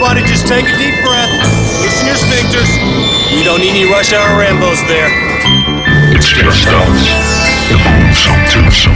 Everybody just take a deep breath. Loosen your sphincters. We don't need any rush hour Rambos there. It's just us. The Boomsome Twosome.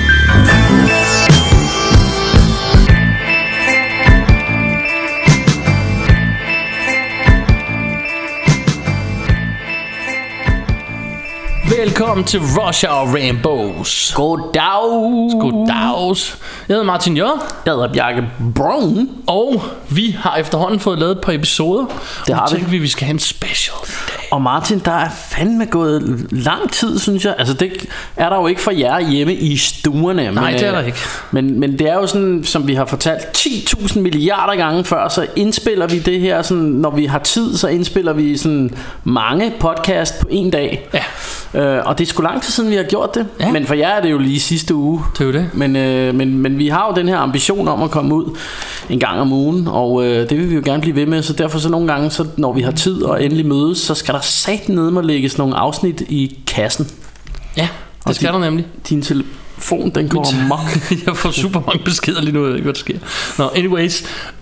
Velkommen til Rush Hour Rambos. Goddags. Jeg hedder Martin Jør. Jeg hedder Bjarke Brown. Og vi har efterhånden fået lavet et par episoder. Det har vi. Tænkte vi skal have en special i dag. Og Martin, der er fandme gået lang tid, synes jeg. Altså det er der jo ikke for jer hjemme i stuerne. Nej, det er der ikke. Men det er jo sådan, som vi har fortalt 10.000 milliarder gange før, så indspiller vi det her sådan, når vi har tid, så indspiller vi sådan mange podcast på en dag. Ja. Og det er sgu lang tid siden vi har gjort det. Ja. Men for jer er det jo lige sidste uge. Det er jo det. Men vi har jo den her ambition om at komme ud en gang om ugen, og det vil vi jo gerne blive ved med. Så derfor så nogle gange, så når vi har tid og endelig mødes, så skal der satan ned med lægges nogle afsnit i kassen. Ja, det skal der nemlig. Din telefon, den går amok. Jeg får super mange beskeder lige nu, jeg ved ikke hvad der sker. Nå, anyways,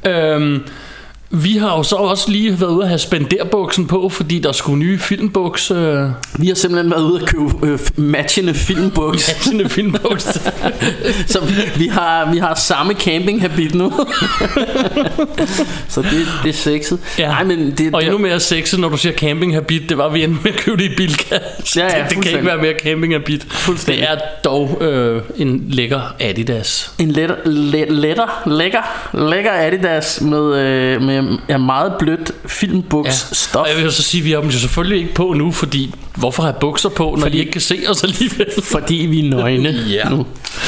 vi har jo så også lige været ude at have spenderbuksen på, fordi der skulle nye filmbuks. Vi har simpelthen været ude at købe matchende filmbuks. Matchende filmbuks. Så vi har samme campinghabit nu. Så det er sexet. Ja. Nej, men og endnu mere sexet, når du siger campinghabit. Det var vi endte med at købe det i Bilka. Ja, det kan ikke være mere campinghabit. Det er dog en lækker Adidas. En lækker Adidas med meget blødt filmbuksstof. Og jeg vil så sige, at vi har dem jo selvfølgelig ikke på nu, fordi hvorfor have bukser på, når de ikke kan se os alligevel? Fordi vi er nøgne nu.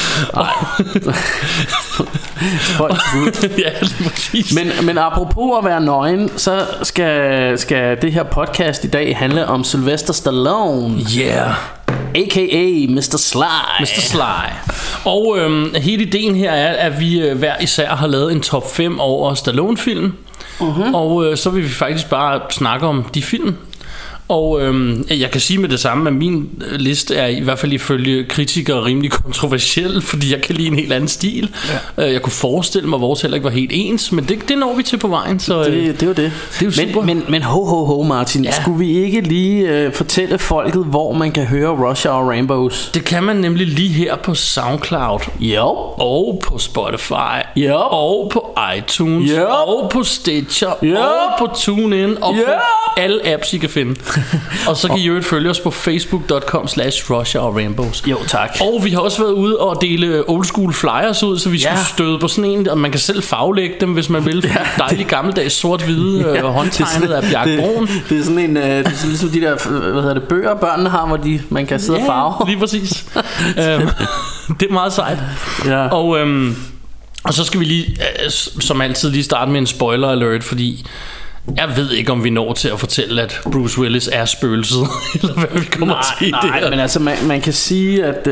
Ja, lige præcis. Men apropos at være nøgen, så skal det her podcast i dag handle om Sylvester Stallone. Yeah. A.k.a. Mr. Sly. Mr. Sly. Og hele ideen her er, at vi hver især har lavet en top 5 over Stallone-film. Og så vil vi faktisk bare snakke om de film. Og jeg kan sige med det samme, at min liste er i hvert fald ifølge kritikere rimelig kontroversiel, fordi jeg kan lide en helt anden stil. Ja. Jeg kunne forestille mig, at vores heller ikke var helt ens, men det når vi til på vejen. Så, det er jo det. Det er jo super. Men ho Martin, ja. Skulle vi ikke lige fortælle folket, hvor man kan høre Rush Hour Rambos? Det kan man nemlig lige her på SoundCloud. Jo. Og på Spotify. Jo. Og på iTunes. Jo. Og på Stitcher. Jo. Og på TuneIn. Og på alle apps, I kan finde. Og så kan I jo følge os på facebook.com/RushHourRambos. Jo, tak. Og vi har også været ude og dele old school flyers ud, så vi skulle støde på sådan en, og man kan selv farvelægge dem, hvis man vil. Dejlig gammeldags sort-hvide håndtegnet af Bjarke Brown. Det er sådan en, det er ligesom de der bøger børnene har, hvor man kan sidde og farve. Lige præcis. Det er meget sejt. Ja. Og så skal vi lige, som altid, lige starte med en spoiler alert, fordi jeg ved ikke, om vi når til at fortælle, at Bruce Willis er spøgelset, eller hvad vi kommer til det her. Men altså, man kan sige, at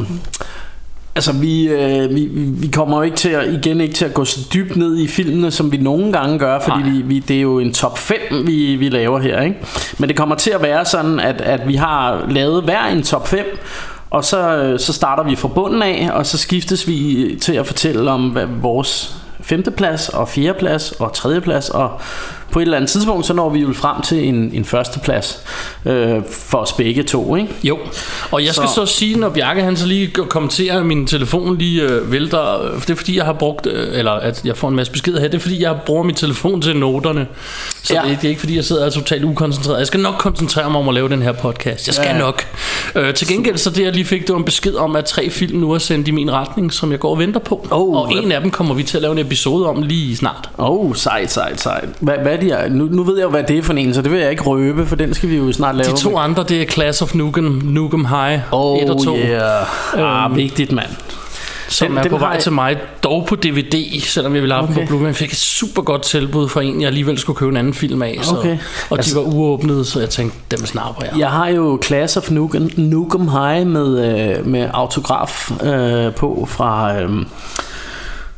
altså vi kommer jo ikke til at gå så dybt ned i filmene, som vi nogle gange gør, fordi det er jo en top 5, vi laver her, ikke? Men det kommer til at være sådan, at vi har lavet hver en top 5, og så starter vi fra bunden af, og så skiftes vi til at fortælle om hvad vores 5. plads og 4. plads og 3. plads, og på et eller andet tidspunkt så når vi jo frem til en 1. plads for os begge to, ikke? Jo. Og jeg skal så sige, når Bjarke han så lige kommenterer, at min telefon lige vælter, det er fordi jeg har brugt, eller at jeg får en masse beskeder her, det er fordi jeg bruger min telefon til noterne. Så det er ikke fordi jeg sidder totalt ukoncentreret. Jeg skal nok koncentrere mig om at lave den her podcast. Jeg skal nok. Til gengæld så det jeg lige fik, det var en besked om, at 3 film nu er sendt i min retning, som jeg går og venter på. Og en af dem kommer vi til at lave en episode om lige snart. Sejt. Hvad de er? Nu ved jeg jo, hvad det er for en, så det vil jeg ikke røbe, for den skal vi jo snart lave. De 2 andre, det er Class of Nukem High 1 og 2. Vigtigt, mand. Som er på vej til mig, dog på DVD, selvom jeg ville have den på Blu-ray. Jeg fik et super godt tilbud fra en, jeg alligevel skulle købe en anden film af. Og de var uåbnede, så jeg tænkte, dem snapper jeg. Jeg har jo Class of Nukem High med autograf på fra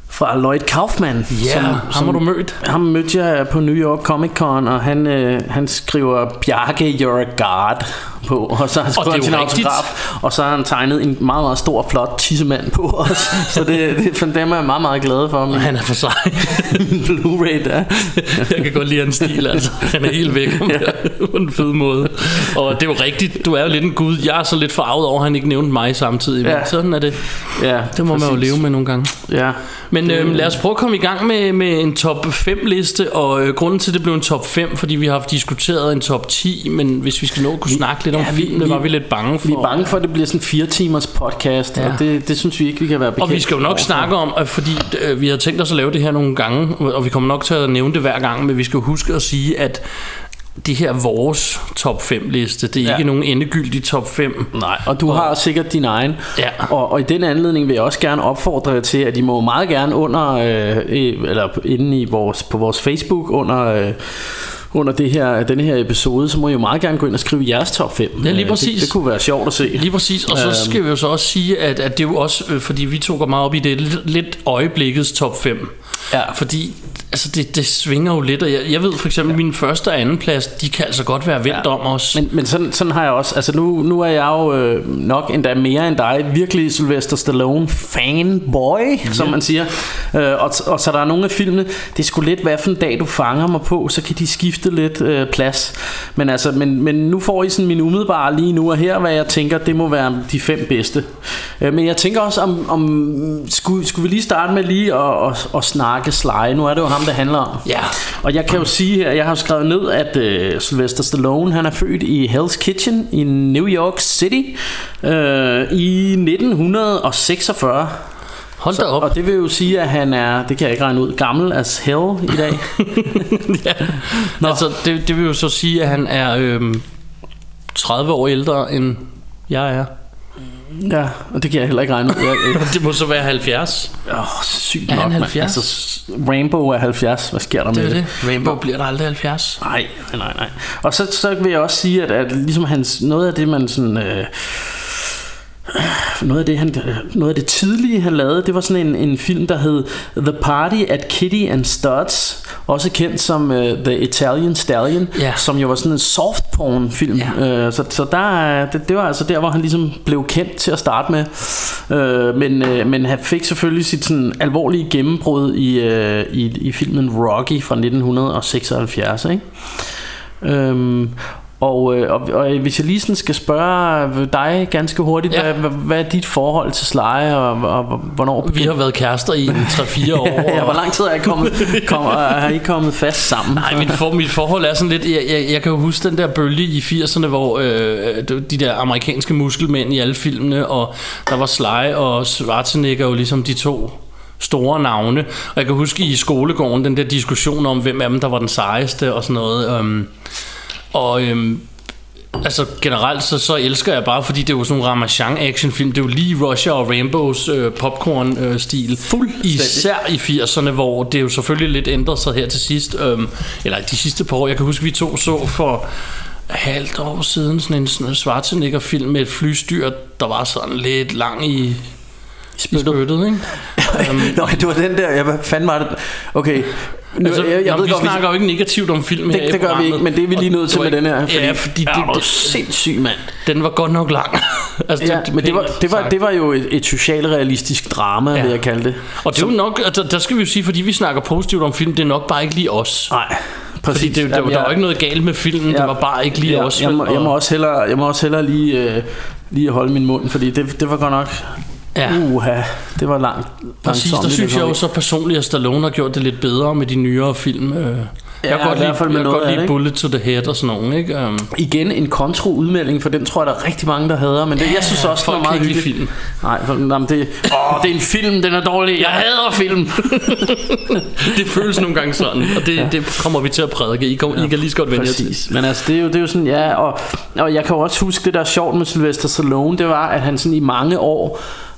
Fra Lloyd Kaufman. Ja, ham har du mødt. Ham mødte jeg på New York Comic Con, og han skriver Bjarke, you're a god på, og så har han skrevet sin autograf, og så har han tegnet en meget, meget stor, flot tissemand på os. Så det dem er jeg meget, meget glad for. Og han er for sig. Blu-ray der. Jeg kan godt lide hans stil, altså. Han er helt væk på en fed måde. Og det er jo rigtigt, du er jo lidt en gud. Jeg er så lidt forarvet over, at han ikke nævnte mig samtidig. Men sådan er det. Ja, det må man jo leve med nogle gange. Ja. Men lad os prøve at komme i gang med en top 5 liste. Og grunden til det blev en top 5, fordi vi har haft diskuteret en top 10. Men hvis vi skal nå at kunne snakke lidt om filmene, var vi lidt bange for. Vi er bange for, at det bliver sådan en 4 timers podcast. Og det synes vi ikke, vi kan være bekendt. Og vi skal jo nok snakke om, fordi vi har tænkt os at lave det her nogle gange, og vi kommer nok til at nævne det hver gang. Men vi skal huske at sige, at det her vores top 5 liste, det er ikke nogen endegyldig top 5. Nej, og du har sikkert din egen. Ja. Og i den anledning vil jeg også gerne opfordre jer til, at I må meget gerne under eller inde på vores Facebook under denne her episode, så må I jo meget gerne gå ind og skrive jeres top 5. Ja, lige præcis. Det kunne være sjovt at se. Lige præcis. Og så skal vi jo så også sige, at det er jo også, fordi vi tog meget op i det, lidt øjeblikkets top 5. Ja. Fordi altså det svinger jo lidt, og jeg ved for eksempel min første og anden plads, de kan altså godt være vendt om os. Men sådan har jeg også. Altså nu er jeg jo nok endda mere end dig virkelig Sylvester Stallone fanboy, som man siger. Og så der er nogle af filmene, det skulle lidt være for en dag du fanger mig på, så kan de skifte lidt plads. Men nu får I sådan min umiddelbare lige nu og her, hvad jeg tænker, det må være de 5 bedste. Men jeg tænker også om skulle vi lige starte med lige at snakke Sly. Nu er det jo ham, det handler om. Ja. Og jeg kan jo sige her, jeg har skrevet ned, at Sylvester Stallone, han er født i Hell's Kitchen i New York City i 1946. Hold da op. Og det vil jo sige, at han er, det kan jeg ikke regne ud, gammel as hell i dag. Ja. Altså det vil jo så sige, at han er 30 år ældre end jeg er. Ja, og det kan jeg heller ikke regne ud. Det må så være 70. Sygt nok, 70? Altså, Rainbow er 70. Hvad sker der med det? Rainbow bliver der aldrig 70. Nej. Og så vil jeg også sige, at ligesom noget af det, man sådan... Noget af det tidlige han lavede, det var sådan en film, der hed The Party at Kitty and Studs, også kendt som The Italian Stallion, som jo var sådan en soft porn film. Så det var altså der, hvor han ligesom blev kendt til at starte med. Men han fik selvfølgelig sit sådan alvorlige gennembrud i filmen Rocky fra 1976, ikke? Og hvis jeg lige sådan skal spørge dig ganske hurtigt, hvad er dit forhold til Sly, og hvornår vi har været kærester i 3-4 år. Hvor lang tid er I kommet fast sammen? Nej, mit forhold er sådan lidt, jeg kan jo huske den der bølge i 80'erne, hvor de der amerikanske muskelmænd i alle filmene, og der var Sly og Schwarzenegger jo ligesom de to store navne. Og jeg kan huske i skolegården den der diskussion om, hvem af dem der var den sejeste og sådan noget. Altså generelt så elsker jeg bare, fordi det er jo sådan en Ramachan actionfilm. Det er jo lige Russia og Rainbows popcorn stil. Især i 80'erne, hvor det jo selvfølgelig lidt ændret sig her til sidst, eller de sidste par år. Jeg kan huske vi to så for halvt år siden sådan en Schwarzenegger film med et flystyr, der var sådan lidt lang i spyttet, ikke? Nå, det var den der. Hvad fanden var det? Okay. Altså, vi snakker jo ikke negativt om film her. Det gør vi ikke, men det er vi lige nødt til med den her. Fordi det er sindssygt, mand. Den var godt nok lang. Altså, men det var jo et socialrealistisk drama, vil jeg kalde det. Og det er jo nok, altså, der skal vi jo sige, fordi vi snakker positivt om film, det er nok bare ikke lige os. Nej. Præcis. Fordi der var ikke noget galt med filmen, det var bare ikke lige os. Jeg må også hellere lige holde min mund, fordi det var godt nok. Ja. Det var langt. Præcis, der synes jeg jo så personligt, at Stallone har gjort det lidt bedre med de nyere film. Jeg kan godt lide Bullet to the Head og sådan nogen, ikke? Igen en kontroudmelding, for den tror jeg der er rigtig mange der hader, men det jeg synes også folk er meget hyggeligt. Film. Nej, det er en film, den er dårlig. Jeg hader film. Det føles nogle gange sådan, og det kommer vi til at prædike. I kan lige så godt vende jer til. Men altså det er jo sådan, og jeg kan jo også huske det der er sjovt med Sylvester Stallone, det var at han sådan i mange år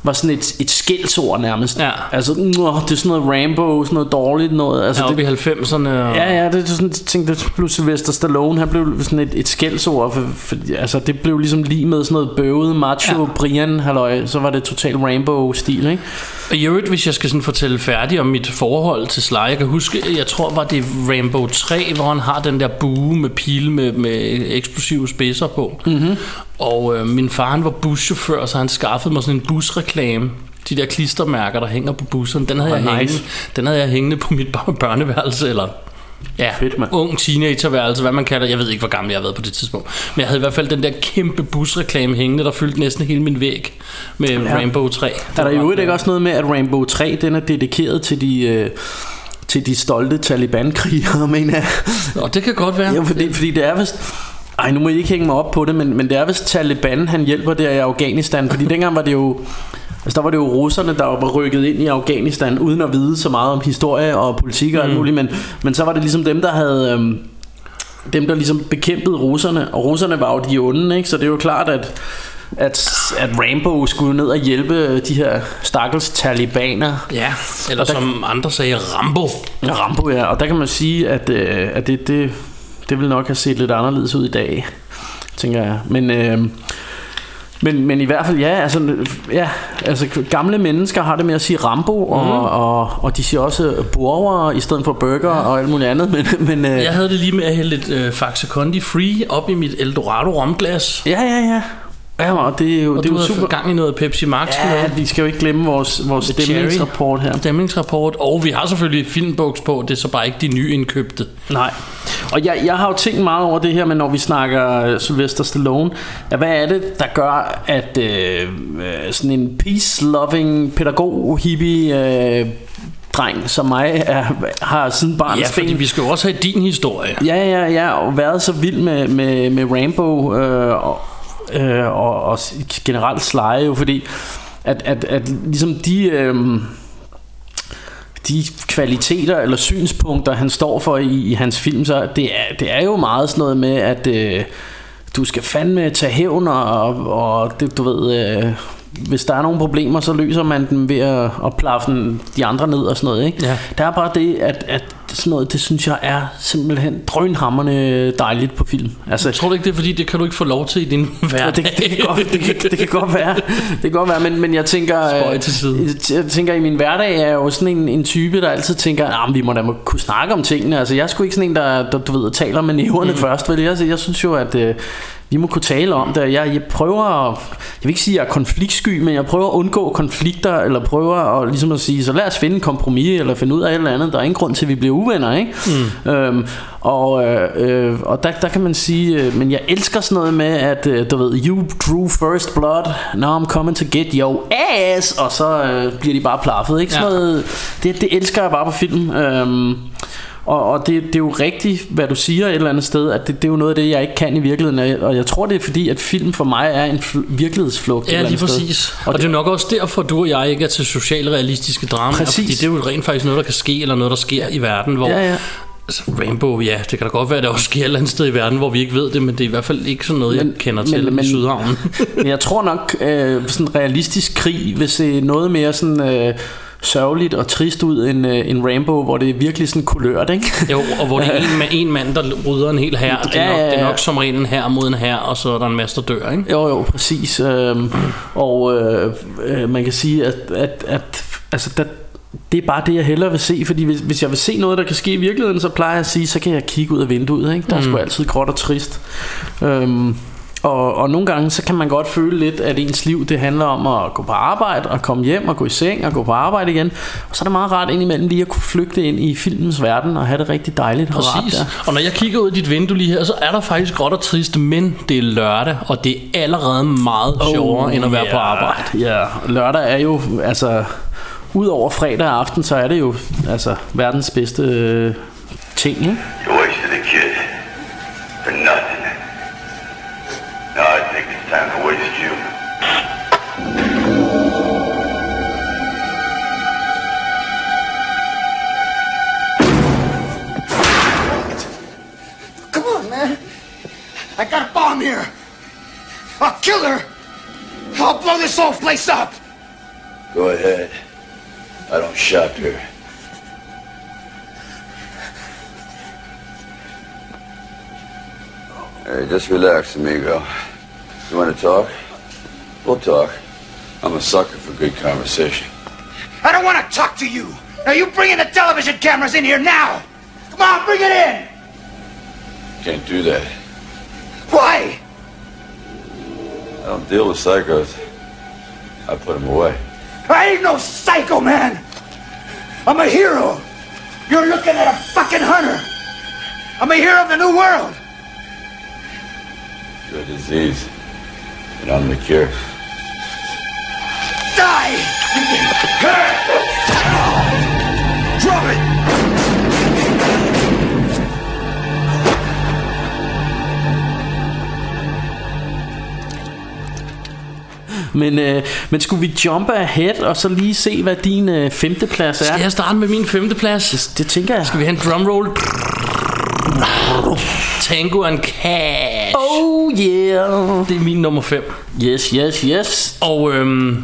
var sådan et skældsord nærmest. Ja. Altså, det er sådan noget Rambo, sådan noget dårligt noget. Altså, oppe i 90'erne. Ja, det er sådan, jeg tænkte, det blev Sylvester Stallone, han blev sådan et skældsord, for altså, det blev ligesom lige med sådan noget bøvet, macho, Brian, halløj, så var det total Rambo-stil, ikke? Og i øvrigt, hvis jeg skal sådan fortælle færdigt om mit forhold til Sly, jeg kan huske, jeg tror, var det Rambo 3, hvor han har den der bue med pile med eksplosive spidser på. Mm-hmm. Og min far, han var buschauffør, så han skaffede mig sådan en busreklame. De der klistermærker, der hænger på busserne, den havde jeg hængende på mit børneværelse, eller fedt, ung teenagerværelse, hvad man kalder. Jeg ved ikke, hvor gammel jeg har været på det tidspunkt, men jeg havde i hvert fald den der kæmpe busreklame hængende, der fyldte næsten hele min væg med Rambo 3. Er der i øvrigt ikke også noget med, at Rambo 3, den er dedikeret til de stolte Taliban-krigere, mener jeg? Og det kan godt være. Ja, fordi det er vist... nu må I ikke hænge mig op på det, men det er vist Taliban, han hjælper der i Afghanistan, fordi dengang var det jo... Altså der var det jo russerne, der var rykket ind i Afghanistan uden at vide så meget om historie og politik og alt muligt, men så var det ligesom dem, der havde dem, der ligesom bekæmpede russerne, og russerne var jo de onde, ikke? Så det er jo klart, at Rambo skulle ned og hjælpe de her stakkels talibaner. Ja, eller som andre sagde, Rambo. Ja, Rambo, ja, og der kan man sige, at det vil nok have set lidt anderledes ud i dag, tænker jeg. Men i hvert fald altså gamle mennesker har det med at sige Rambo, og de siger også burger i stedet for burger og alt muligt andet. Men jeg havde det lige med at hælde lidt Faxe Kondi Free op i mit Eldorado romglas. Ja, og det er jo super gang i noget Pepsi Max. Ja, vi skal jo ikke glemme vores stemningsrapport her. Stemningsrapport, og vi har selvfølgelig filmboks på, det er så bare ikke de nyindkøbte. Nej. Og jeg har jo tænkt meget over det her, men når vi snakker Sylvester Stallone, hvad er det, der gør, at sådan en peace-loving pædagog, hippie dreng som mig har siden barns ben. Ja, fordi vi skal jo også have din historie. Ja, og været så vild med Rambo og generelt Sly, jo, fordi at ligesom de kvaliteter eller synspunkter han står for i hans film, så det er jo meget sådan noget med at du skal fandme tage hævn og det, du ved, hvis der er nogle problemer, så løser man dem ved at plaffe de andre ned og sådan noget, ikke? Ja. Der er bare det at sådan noget, det synes jeg er simpelthen drønhamrende dejligt på film. Altså, jeg tror ikke, det er fordi, det kan du ikke få lov til i din hverdag. Det kan godt være. Det kan godt være, men jeg tænker i min hverdag er jeg jo sådan en type, der altid tænker, vi må da kunne snakke om tingene. Altså, jeg er sgu ikke sådan en, der du ved, taler med næverne først, vel? Jeg synes jo, at vi må kunne tale om det. Jeg prøver jeg vil ikke sige, at jeg er konfliktsky, men jeg prøver at undgå konflikter, eller prøver at, ligesom at sige, så lad os finde en kompromis, eller finde ud af et eller andet. Der er ingen grund til, at vi bliver uvenner, ikke? Og der kan man sige, men jeg elsker sådan noget med, at du ved, you drew first blood, now I'm coming to get your ass, og så bliver de bare plaffet, ikke? Sådan noget, det elsker jeg bare på film. Og det er jo rigtigt, hvad du siger et eller andet sted, at det er jo noget af det, jeg ikke kan i virkeligheden. Og jeg tror, det er fordi, at film for mig er en virkelighedsflugt. Ja, lige præcis. Og det er nok også derfor, du og jeg ikke er til socialrealistiske dramaer. Præcis. Fordi det er jo rent faktisk noget, der kan ske, eller noget, der sker i verden, hvor... Ja. Altså, Rambo, ja, det kan da godt være, at der også sker et eller andet sted i verden, hvor vi ikke ved det, men det er i hvert fald ikke sådan noget, jeg kender til i Sydhavnen. Men jeg tror nok, sådan realistisk krig vil se noget mere sådan... sørgeligt og trist ud en Rambo, hvor det er virkelig sådan kulørt, ikke? Jo, og hvor det er en mand, der rydder en hel hær. Det er nok som regel en hær mod en hær, og så er der en masse, der dør, ikke? Jo, præcis. Man kan sige, at altså, det er bare det, jeg hellere vil se, fordi hvis jeg vil se noget, der kan ske i virkeligheden, så plejer jeg at sige, så kan jeg kigge ud af vinduet, ikke? Der er sgu altid gråt og trist. Og nogle gange så kan man godt føle lidt, at ens liv det handler om at gå på arbejde og komme hjem og gå i seng og gå på arbejde igen. Og så er det meget rart indimellem lige at kunne flygte ind i filmens verden og have det rigtig dejligt. Præcis. Og når jeg kigger ud i dit vindue lige her, så er der faktisk gråt og trist, men det er lørdag, og det er allerede meget sjovere end at være på arbejde. Ja, lørdag er jo altså udover fredag aften, så er det jo altså verdens bedste ting, ikke? You wasted a kid for nothing. Now I think it's time to waste you. Come on, man. I got a bomb here. I'll kill her. I'll blow this whole place up. Go ahead. I don't shop here. Hey, just relax, amigo. You want to talk? We'll talk. I'm a sucker for good conversation. I don't want to talk to you. Now you bring in the television cameras in here now. Come on, bring it in. Can't do that. Why? I don't deal with psychos. I put them away. I ain't no psycho, man. I'm a hero. You're looking at a fucking hunter. I'm a hero of the new world. You're a disease, and I'm the cure. Die! Drop it! Men skulle vi jumpe ahead og så lige se, hvad din femteplads er? Skal jeg starte med min femteplads? Det tænker jeg. Skal vi have en drumroll? Tango and Cash. Oh yeah. Det er min nummer 5. Yes. Og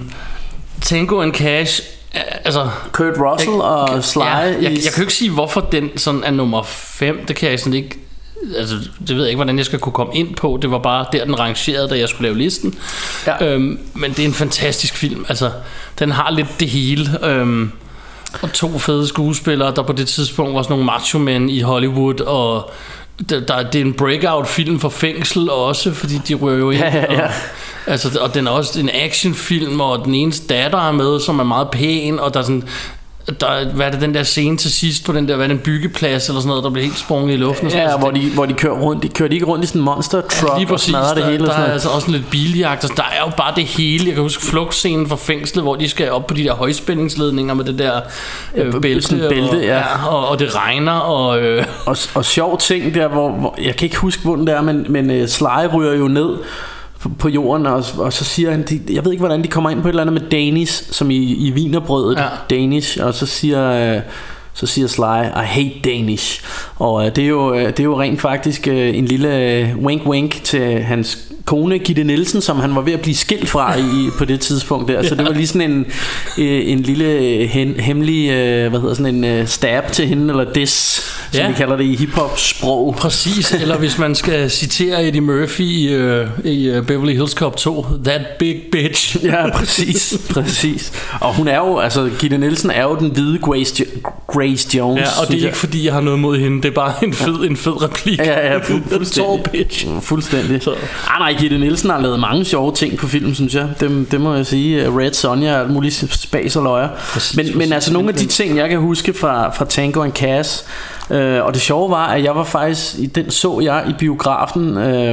Tango and Cash, altså Kurt Russell og Sly. Jeg kan jo ikke sige, hvorfor den sådan er nummer 5. Det kan jeg sådan ikke. Altså, det ved jeg ikke, hvordan jeg skal kunne komme ind på. Det var bare der, den rangerede, da jeg skulle lave listen. Ja. Men det er en fantastisk film. Altså, den har lidt det hele. Og 2 fede skuespillere, der på det tidspunkt var sådan nogle macho mænd i Hollywood. Og det er en breakout film for fængsel også, fordi de rører jo ind. Ja. Og den er også en actionfilm, og den eneste datter er med, som er meget pæn. Og der er sådan... hvad er det, den der scene til sidst på den der, hvad er det, en byggeplads eller sådan noget, der bliver helt sprunget i luften. Ja, hvor de kører rundt. De kører ikke rundt i sådan en monster truck. Ja, lige præcis. Og det hele. Der er altså også lidt biljagt. Der er jo bare det hele. Jeg kan huske flugtscenen fra fængslet, hvor de skal op på de der højspændingsledninger med det der bælte. Og det regner. Og sjov ting der, hvor jeg kan ikke huske, hvor den der, men Sly ryger jo ned på jorden, og så siger han, jeg ved ikke, hvordan de kommer ind på et eller andet med Danish, som i wienerbrødet, Danish, og så siger Sly, I hate Danish. Og det er jo rent faktisk en lille wink til hans kone Gitte Nielsen, som han var ved at blive skilt fra på det tidspunkt der. Så det var lige sådan en lille hemmelig sådan en stab til hende, eller diss, som vi kalder det i hiphop sprog. Præcis. Eller hvis man skal citere Eddie Murphy i Beverly Hills Cop 2, that big bitch. Ja, præcis. Og hun er jo, altså Gitte Nielsen er jo den hvide Grace Jones. Ja, og det er ikke fordi jeg har noget mod hende. Det er bare en fed replik. Ja, fuldstændig. Bitch. Fuldstændig. Nej, Gitte Nielsen har lavet mange sjove ting på film, synes jeg. Det må jeg sige. Red Sonja og alt muligt spas og løjer. Men altså nogle af de ting, jeg kan huske fra Tango and Cash, og det sjove var, at jeg var faktisk, den så jeg i biografen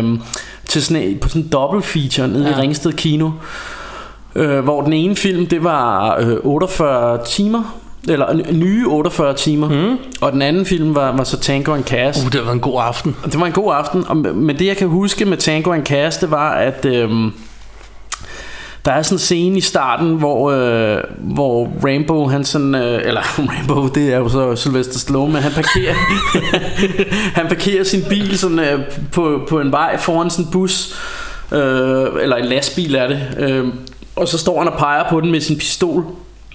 på sådan en dobbelt feature nede i Ringsted Kino, hvor den ene film, det var 48 timer, eller nye 48 timer, og den anden film var så Tango and Cash. Det var en god aften. Det var en god aften, men det jeg kan huske med Tango and Cash, det var, at der er sådan en scene i starten, hvor Rambo, han sådan, eller Rambo, det er jo så Sylvester Stallone, men han parkerer sin bil sådan på en vej foran sådan en bus, eller en lastbil er det, og så står han og peger på den med sin pistol,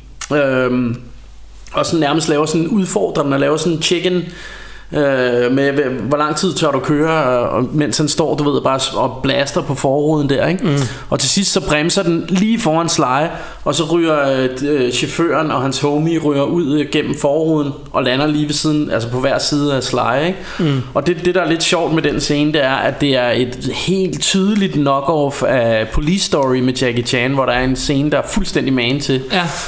og sådan nærmest laver sådan en udfordrende, og laver sådan en chicken med hvor lang tid tør du køre, og mens han står, du ved, bare og blaster på forruden der, ikke? Og til sidst så bremser den lige foran Sly, og så ryger chaufføren og hans homie ryger ud gennem forruden og lander lige ved siden, altså på hver side af Sly, ikke? Og det der er lidt sjovt med den scene, det er, at det er et helt tydeligt knock-off af Police Story med Jackie Chan, hvor der er en scene, der er fuldstændig man til.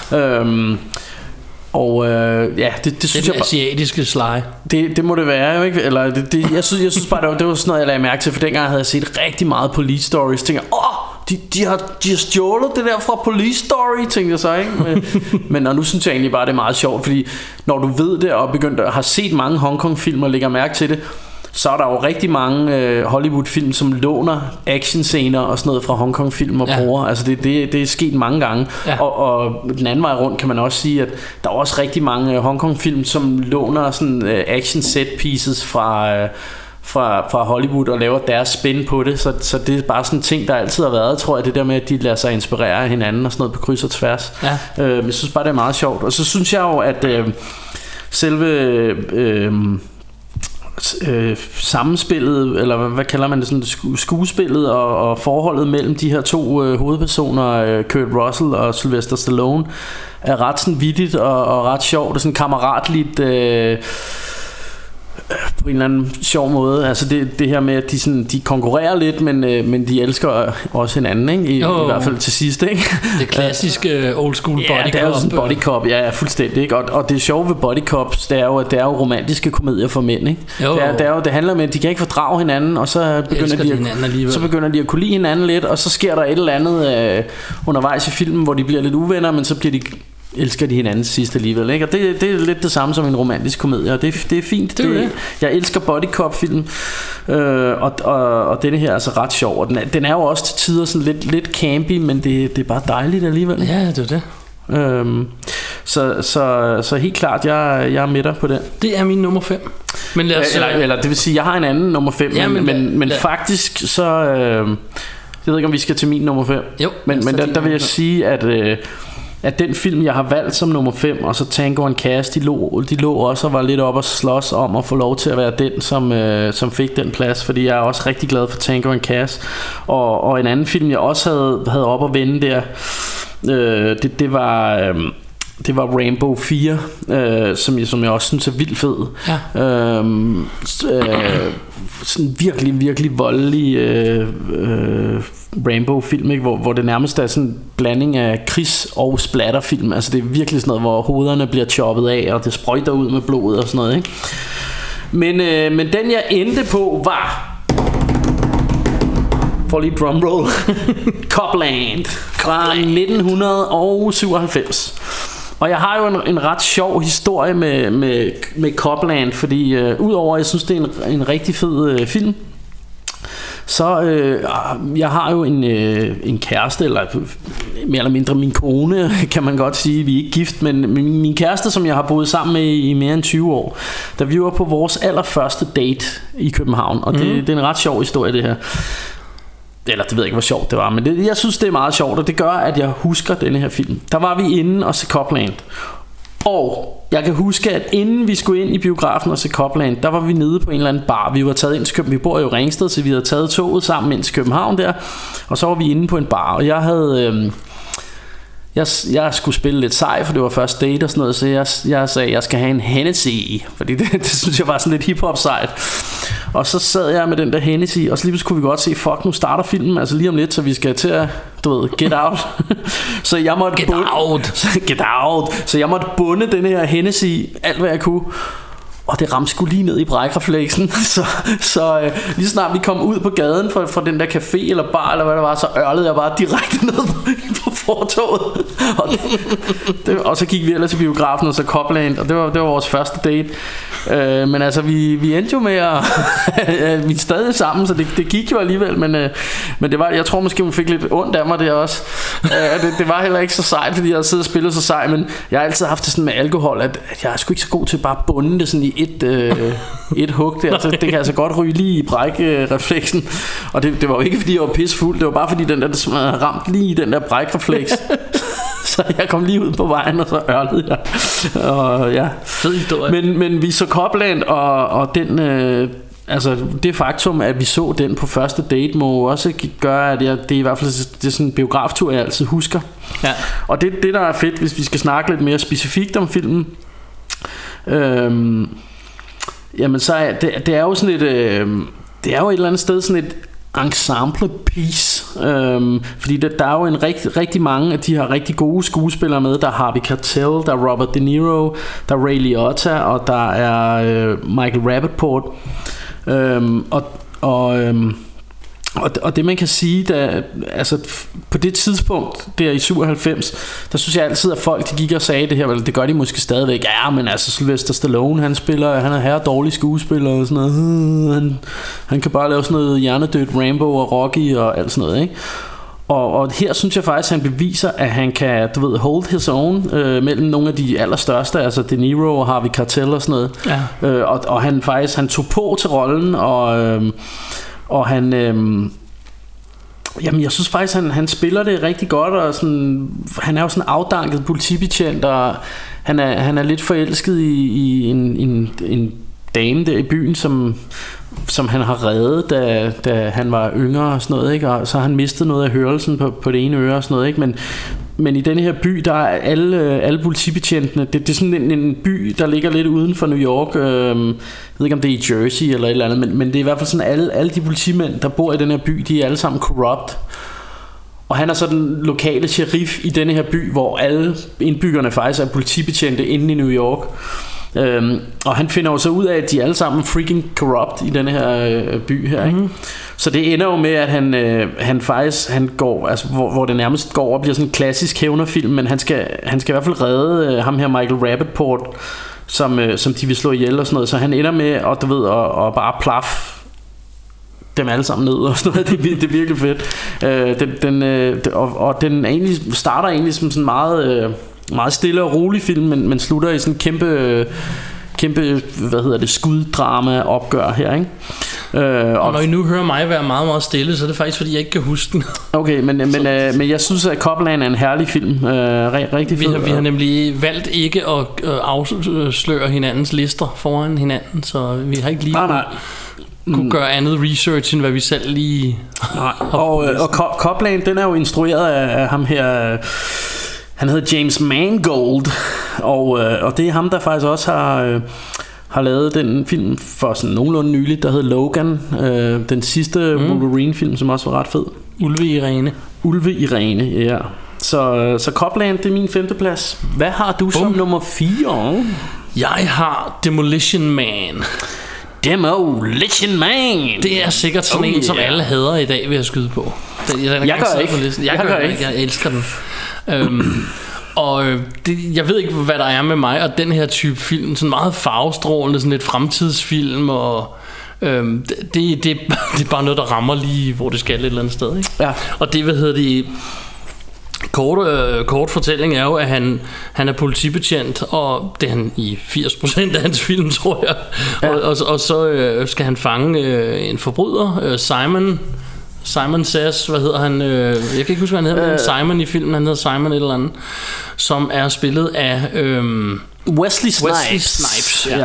Og det synes jeg bare, asiatiske Sly. Det må det være jo, ikke? Eller jeg synes bare det var sådan noget, jeg lagde mærke til, for dengang havde jeg set rigtig meget Police Story, så tænkte jeg, de har stjålet det der fra Police Story, tænkte jeg så, ikke? Men nu synes jeg egentlig bare, det er meget sjovt, fordi når du ved det og har set mange Hongkong-film og lægger mærke til det, så er der jo rigtig mange Hollywood-film, som låner actionscener og sådan noget fra Hongkong-film og bruger. Altså det er sket mange gange. Og den anden vej rundt kan man også sige, at der er også rigtig mange Hongkong-film, som låner sådan action set pieces fra Hollywood og laver deres spin på det, så det er bare sådan en ting, der altid har været, tror jeg, det der med, at de lader sig inspirere af hinanden og sådan noget på kryds og tværs. Jeg synes bare, det er meget sjovt. Og så synes jeg jo, at selve sammenspillet, eller hvad kalder man det, sådan skuespillet og forholdet mellem de her to hovedpersoner, Kurt Russell og Sylvester Stallone, er ret sådan vittigt og ret sjovt og sådan kammeratligt på en eller anden sjov måde. Altså det her med, at de konkurrerer lidt, men de elsker også hinanden, ikke? I hvert fald til sidst, ikke? Det klassiske old school body cop. Ja, det er jo sådan body cop, ja, fuldstændig, ikke? Og det sjove ved body cops, det er jo, at det er jo romantiske komedier for mænd, ikke? Det handler om, at de kan ikke fordrage hinanden, og så begynder de at kunne lide hinanden lidt, og så sker der et eller andet undervejs i filmen, hvor de bliver lidt uvenner, men så elsker de hinanden sidst alligevel, ikke? Og det er lidt det samme som en romantisk komedie, og det er fint. Jeg elsker body cop film, og denne her er altså ret sjov, og den er jo også til tider sådan lidt campy, men det er bare dejligt alligevel. Ja, det er det. Så helt klart, jeg er med dig på den. Det er min nummer 5. Men lad os, eller det vil sige, jeg har en anden nummer 5, ja, men faktisk så jeg ved ikke, om vi skal til min nummer 5. Jo, men der vil jeg sige, at den film, jeg har valgt som nummer 5, og så Tango and Cash, de lå også og var lidt op og slås om at få lov til at være den, som fik den plads, fordi jeg er også rigtig glad for Tango and Cash. Og en anden film, jeg også havde op at vende der, det var Rambo 4, som jeg også synes er vildt fed. Ja. Sådan virkelig voldelig Rambo-film, ikke? Hvor det nærmest er sådan en blanding af krigs- og splatterfilm. Altså det er virkelig sådan noget, hvor hovederne bliver choppet af, og det sprøjter ud med blodet og sådan noget, ikke? Men den jeg endte på var, for lige drumroll, Copland fra 1997. Og jeg har jo en ret sjov historie med Copland, fordi udover at jeg synes det er en rigtig fed film, så jeg har jo en kæreste, eller mere eller mindre min kone, kan man godt sige. Vi er ikke gift, men min kæreste, som jeg har boet sammen med i mere end 20 år, da vi var på vores allerførste date i København. Og det er en ret sjov historie, det her. Eller det ved jeg ikke, hvor sjovt det var, men jeg synes det er meget sjovt, og det gør, at jeg husker denne her film. Der var vi inde og se Copland, og jeg kan huske, at inden vi skulle ind i biografen og se Copland, der var vi nede på en eller anden bar. Vi var taget ind til København, vi bor jo i Ringsted, så vi havde taget toget sammen ind til København der, og så var vi inde på en bar, og jeg havde jeg skulle spille lidt sej, for det var første date og sådan noget, så jeg sagde, jeg skal have en Hennessy, fordi det synes jeg var sådan lidt hiphop sejt. Og så sad jeg med den der Hennessy, og så lige pludselig kunne vi godt se, fuck, nu starter filmen, altså lige om lidt, så vi skal til at, du ved, get out. Så jeg måtte get out. Så jeg måtte bunde den her Hennessy alt hvad jeg kunne. Og det ramte sgu lige ned i brækrefleksen. Så lige snart vi kom ud på gaden fra den der café eller bar eller hvad det var, så ørlede jeg bare direkte ned på fortovet. Og så gik vi ellers til biografen og så Copland, og det var vores første date. Men altså vi endte jo med at vi er stadig sammen, så det gik jo alligevel. Men det var, jeg tror måske hun fik lidt ondt af mig der også. Det var heller ikke så sejt, fordi jeg havde siddet og spillet så sej. Men jeg har altid haft det sådan med alkohol, at jeg er sgu ikke så god til bare at bunde det sådan i et hug der. Så det kan altså godt ryge lige i brækrefleksen. Og det var jo ikke fordi jeg var pissefuld, det var bare fordi den der ramt lige i den der brækrefleks. Så jeg kom lige ud på vejen, og så ørlede jeg. Og ja, men vi så Copland, og den altså det faktum, at vi så den på første date, må også gøre, at det er i hvert fald det er sådan en biograftur, jeg altid husker. Ja. Og det der er fedt, hvis vi skal snakke lidt mere specifikt om filmen, jamen så er det er jo sådan et det er jo et eller andet sted sådan et ensemble piece, fordi der er jo rigtig mange af de her rigtig gode skuespillere med. Der er Harvey Keitel, der er Robert De Niro, der er Ray Liotta, og der er Michael Rapaport, og det man kan sige, der, altså på det tidspunkt der i 97, der synes jeg altid, at folk de gik og sagde det her, eller det gør de måske stadigvæk. Ja, men altså Sylvester Stallone, han er her dårlig skuespiller og sådan noget. Han kan bare lave sådan noget hjernedødt Rambo og Rocky og alt sådan noget, ikke? Og her synes jeg faktisk, at han beviser, at han kan, hold his own mellem nogle af de allerstørste, altså De Niro og Harvey Keitel og sådan noget. Og han tog på til rollen, og han... Jamen jeg synes faktisk han spiller det rigtig godt, og sådan, han er jo sådan afdanket politibetjent, og han er lidt forelsket i en dame der i byen, som han har reddet, da han var yngre og sådan noget, ikke? Og så har han mistet noget af hørelsen på det ene øre og sådan noget, ikke? Men i denne her by, der er alle politibetjentene, det er sådan en by, der ligger lidt uden for New York. Jeg ved ikke, om det er i Jersey eller et eller andet, men det er i hvert fald sådan, alle de politimænd, der bor i den her by, de er alle sammen corrupt. Og han er så den lokale sheriff i denne her by, hvor alle indbyggerne faktisk er politibetjente inde i New York. Og han finder jo så ud af, at de alle sammen freaking corrupt i denne her by her, ikke? Så det ender jo med, at han går, altså hvor det nærmest går og bliver sådan en klassisk hævnerfilm, men han skal i hvert fald redde ham her Michael Rapaport, som de vil slå ihjel og sådan noget. Så han ender med at bare plaffe dem alle sammen ned og sådan noget. Det er virkelig fedt. Den egentlig starter egentlig som sådan meget stille og rolig film, men slutter i sådan kæmpe skuddrama opgør her, ikke? Og når I nu hører mig være meget, meget stille, så er det faktisk fordi jeg ikke kan huske den. Okay, men jeg synes at Copland er en herlig film. Rigtig fed. Vi har nemlig valgt ikke at afsløre hinandens lister foran hinanden, så vi har ikke lige kunne gøre andet research, end hvad vi selv lige har. Og Copland, den er jo instrueret af ham her. Han hedder James Mangold, og det er ham, der faktisk også har lavet den film for sådan nogenlunde nyligt, der hedder Logan, den sidste Wolverine-film, som også var ret fed. Ulve Irene, ja. Så Copland, det er min 5. plads. Hvad har du som nummer 4? Jeg har Demolition Man. Demolition Man. Det er sikkert sådan en, som alle hader i dag ved at skyde på. Jeg gør ikke. Jeg elsker den. Jeg ved ikke, hvad der er med mig og den her type film. Sådan meget farvestrålende, sådan lidt fremtidsfilm, og det er bare noget, der rammer lige, hvor det skal et eller andet sted, ikke? Ja. Og det, kort fortælling er jo, at han er politibetjent, og det er han i 80% af hans film, tror jeg. Ja. Og så skal han fange en forbryder, Simon Says, hvad hedder han? Jeg kan ikke huske, hvad han hedder. Simon i filmen, han hedder Simon et eller andet, som er spillet af Wesley Snipes. Ja.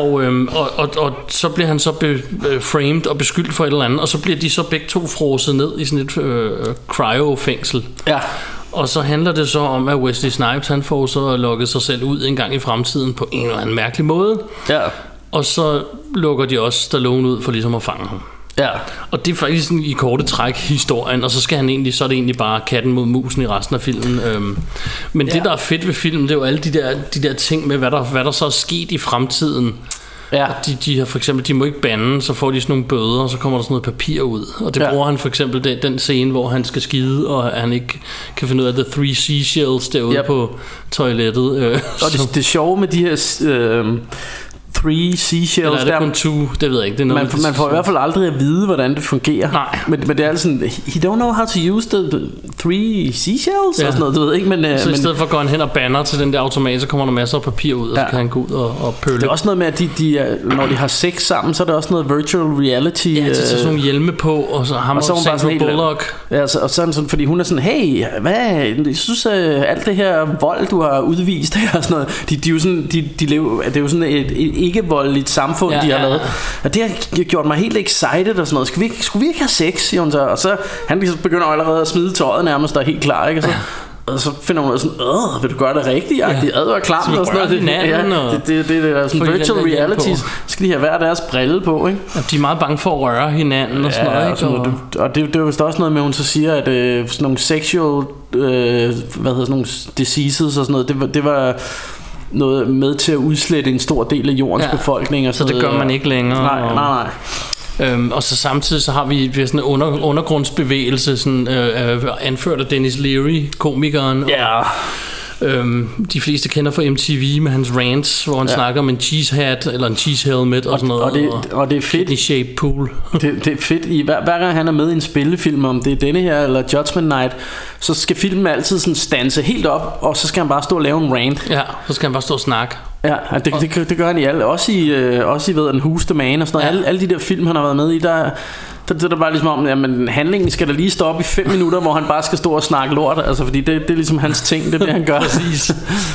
Og så bliver han så framed og beskyldt for et eller andet, og så bliver de så begge to frosset ned i sådan et cryo-fængsel. Ja. Og så handler det så om, at Wesley Snipes, han får så lukket sig selv ud en gang i fremtiden på en eller anden mærkelig måde. Ja. Og så lukker de også Stallone ud for ligesom at fange ham. Ja. Og det er faktisk sådan i korte træk historien, og så er det egentlig bare katten mod musen i resten af filmen. Men det, der er fedt ved filmen, det er jo alle de der ting med, hvad der så er sket i fremtiden. Ja. De har for eksempel, de må ikke bande, så får de sådan nogle bøder, og så kommer der sådan noget papir ud. Og det bruger han for eksempel den scene, hvor han skal skide, og han ikke kan finde ud af the 3 seashells derude på toilettet. Og det sjove med de her 3 seashells, eller er det kun 2? Det ved jeg ikke. Det er noget, man får i hvert fald aldrig at vide, hvordan det fungerer. Nej. Men det er sådan, he don't know how to use the 3 seashells og sådan noget, du ved ikke. Så i stedet for at gå han hen og banner til den der automat, så kommer der masser af papir ud, og så kan han gå ud og pølle. Det er også noget med, at når de har sex sammen, så er der også noget virtual reality. Ja, de tager sådan nogle hjelme på, og så har man Sandra Bullock. Ja, og sådan, fordi hun er sådan, hey, hvad? Jeg synes, alt det her vold, du har udvist her og sådan noget, de er jo sådan, de lever, det er jo sådan et ikke-voldeligt samfund, de har lavet. Og det har gjort mig helt excited og sådan noget. Skulle vi ikke have sex, siger hun så. Og så han begynder allerede at smide tøjet nærmest, der er helt klar, ikke? Og så finder hun sådan, vil du gøre det rigtigt? Det er klamt og sådan noget. Det er sådan virtual reality. Så skal de have hver deres brille på, ikke? Ja, de er meget bange for at røre hinanden og sådan noget, ikke? Og det er vist også noget med, hun så siger, at sådan nogle sexual sådan nogle diseases og sådan noget, det var noget med til at udslette en stor del af jordens befolkning og så det gør man ikke længere. Nej. Og så samtidig så har vi sådan en undergrundsbevægelse sådan, anført af Dennis Leary, komikeren. Ja. de fleste kender fra MTV med hans rants, hvor han snakker om en cheese hat eller en cheese helmet og sådan noget. Og det er fedt. I shape pool. det er fedt. Hver gang han er med i en spillefilm, om det er denne her eller Judgment Night, så skal filmen altid sådan stanse helt op, og så skal han bare stå og lave en rant. Ja, så skal han bare stå og snakke. Ja, det gør han i alle. Også i ved den Who's the Man og sådan noget. Alle de der film han har været med i, der er der bare ligesom om, jamen handlingen skal da lige stå op i 5 minutter, hvor han bare skal stå og snakke lort. Altså fordi det er ligesom hans ting, det er det han gør. Præcis.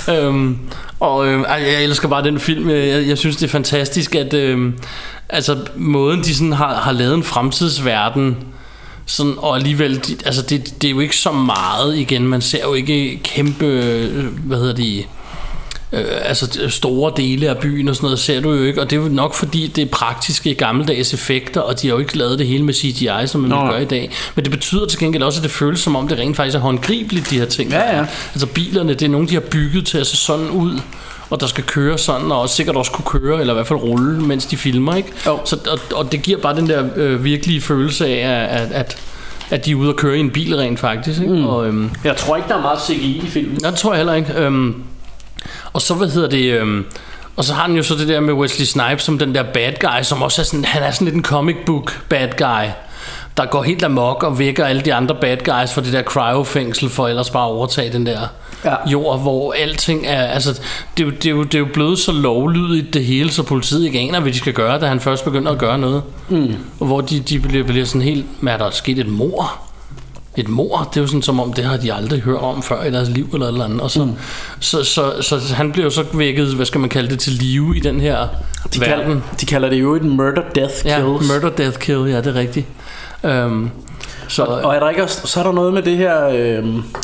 Jeg elsker bare den film. Jeg synes det er fantastisk at altså måden de sådan har lavet en fremtidsverden sådan, og alligevel altså det er jo ikke så meget igen. Man ser jo ikke kæmpe altså store dele af byen og sådan noget ser du jo ikke, og det er jo nok fordi det er praktiske gammeldags effekter, og de har jo ikke lavet det hele med CGI, som man gør i dag. Men det betyder til gengæld også, at det føles som om det rent faktisk er håndgribeligt, de her ting. Ja. Altså bilerne, det er nogle de har bygget til at se sådan ud, og der skal køre sådan, og sikkert også kunne køre, eller i hvert fald rulle, mens de filmer, ikke? Så, og det giver bare den der virkelige følelse af, at de er ude og køre i en bil rent faktisk, ikke? Og, jeg tror ikke, der er meget CGI i filmen. Nej, det tror jeg heller ikke. Og så og så har han jo så det der med Wesley Snipes som den der bad guy, som også er sådan, han er sådan lidt en comic book bad guy, der går helt amok og vækker alle de andre bad guys fra det der cryo-fængsel for ellers bare at overtage den der jord, hvor alting er, altså det er jo blevet så lovlydigt det hele, så politiet ikke aner hvad de skal gøre, da han først begynder at gøre noget. Og hvor de bliver sådan helt, er der sket et mord? Et mord, det er jo sådan som om det har de aldrig hørt om før i deres liv eller et eller andet. Og så han bliver jo så vækket, hvad skal man kalde det, til live i den her verden. De kalder det jo et murder death kills. Ja, murder death kill, ja, det er rigtigt. Og er der ikke også, så er der noget med det her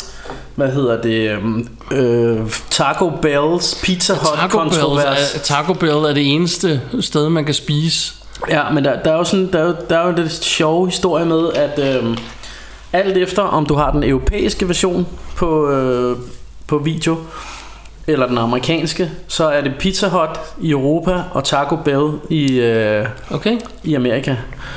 Taco Bell's Pizza Hut kontrovers. Taco Bell er det eneste sted man kan spise. Ja, men der er jo sådan der er jo det sjove historie med at alt efter om du har den europæiske version på video eller den amerikanske, så er det Pizza Hut i Europa og Taco Bell i Amerika.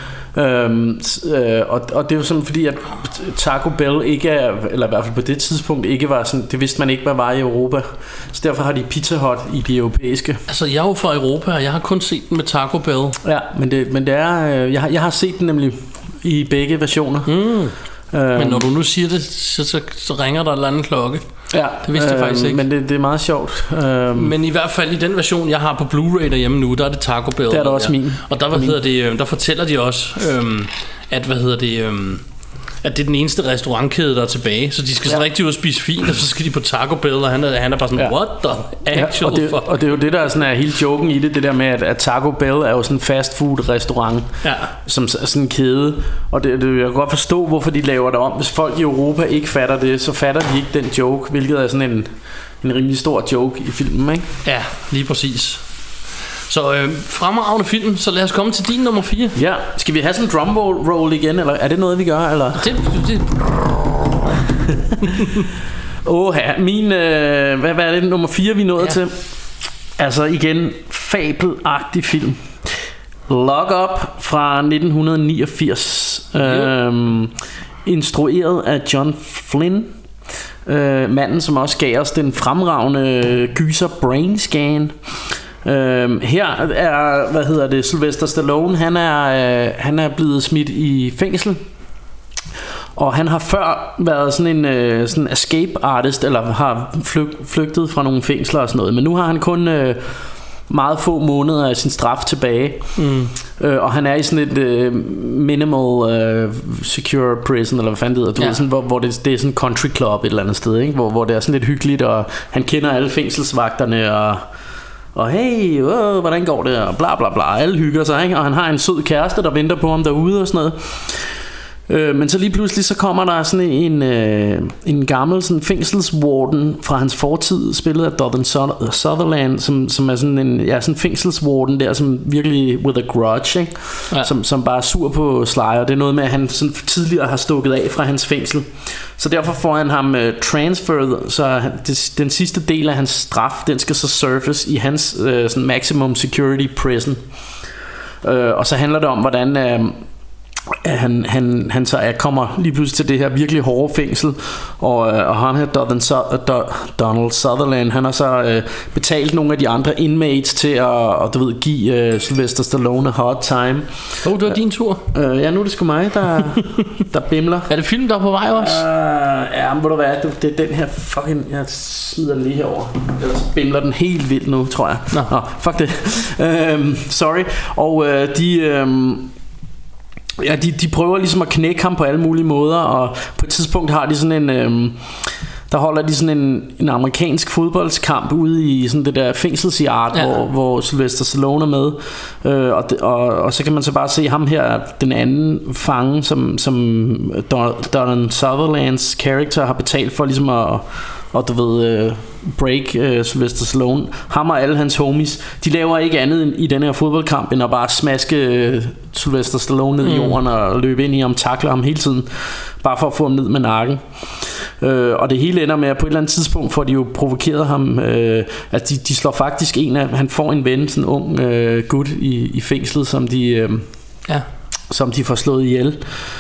Og det er jo sådan fordi at Taco Bell ikke er, eller i hvert fald på det tidspunkt ikke var sådan, det vidste man ikke hvad var i Europa, så derfor har de Pizza Hut i de europæiske. Altså jeg er jo fra Europa, og jeg har kun set den med Taco Bell. Ja, men det er jeg har set den nemlig i begge versioner. Men når du nu siger det, så ringer der en eller anden klokke. Ja, det vidste jeg faktisk ikke. Men det er meget sjovt. Men i hvert fald i den version jeg har på Blu-ray derhjemme nu, der er det Taco Bell. Det er der også min. Og der der fortæller de også at at det er den eneste restaurantkæde der er tilbage, så de skal sådan rigtig ud og spise fint, og så skal de på Taco Bell, og han er bare sådan what the actual fuck. Og det er jo det der sådan er hele joken i det der med at Taco Bell er jo sådan en fast food restaurant, som sådan en kæde, og det jeg kan godt forstå hvorfor de laver det om. Hvis folk i Europa ikke fatter det, så fatter de ikke den joke, hvilket er sådan en rimelig stor joke i filmen, ikke? Ja, lige præcis. Så fremragende film, så lad os komme til din nummer 4. Ja, skal vi have sådan en drum roll igen, eller er det noget vi gør, eller? Min hvad er det nummer 4 vi er nået til? Altså igen, fabelagtig film. Lock Up fra 1989. Instrueret af John Flynn. Manden som også gav os den fremragende gyser Brain Scan. Her er Sylvester Stallone. Han er blevet smidt i fængsel, og han har før været sådan en sådan escape artist, eller har flygtet fra nogle fængsler og sådan noget. Men nu har han kun meget få måneder af sin straf tilbage. Og han er i sådan et minimal secure prison, eller hvad fanden det hedder, sådan, hvor det er sådan en country club et eller andet sted, ikke? Hvor det er sådan lidt hyggeligt, og han kender alle fængselsvagterne, og hey, hvordan går det, og bla bla bla, alle hygger sig, ikke? Og han har en sød kæreste, der venter på ham derude og sådan noget. Men så lige pludselig så kommer der sådan en gammel sådan fængselswarden fra hans fortid, spillet af Donald Sutherland, som er sådan en sådan fængselswarden der, som virkelig with a grudge, ikke? Som bare er sur på Slayer. Det er noget med at han sådan tidligere har stukket af fra hans fængsel, så derfor får han ham transferred, så den sidste del af hans straf, den skal så surface i hans sådan maximum security prison. Og så handler det om hvordan han så kommer lige pludselig til det her virkelig hårde fængsel, og ham her Donald Sutherland, han har så betalt nogle af de andre inmates til at give Sylvester Stallone a hard time. Det var din tur. Ja, nu er det sgu mig, der bimler. Er det film, der er på vej også? Ja, men ved du hvad, det er den her fucking, jeg smider den lige herover, ellers bimler den helt vildt nu, tror jeg. Nå, fuck det. Sorry. Og de prøver ligesom at knække ham på alle mulige måder, og på et tidspunkt har de sådan der holder de sådan en amerikansk fodboldskamp ude i sådan det der fængselsyard, hvor Sylvester Stallone er med, og så kan man så bare se ham her, den anden fange, som Donald Sutherlands character har betalt for ligesom at break Sylvester Stallone. Ham og alle hans homies, de laver ikke andet i den her fodboldkamp end at bare smaske Sylvester Stallone ned i jorden og løbe ind i ham, takle ham hele tiden, bare for at få ham ned med nakken. Og det hele ender med, at på et eller andet tidspunkt får de jo provokeret ham, at de slår faktisk han får en ven, sådan en ung gut i fængslet, som de får slået ihjel.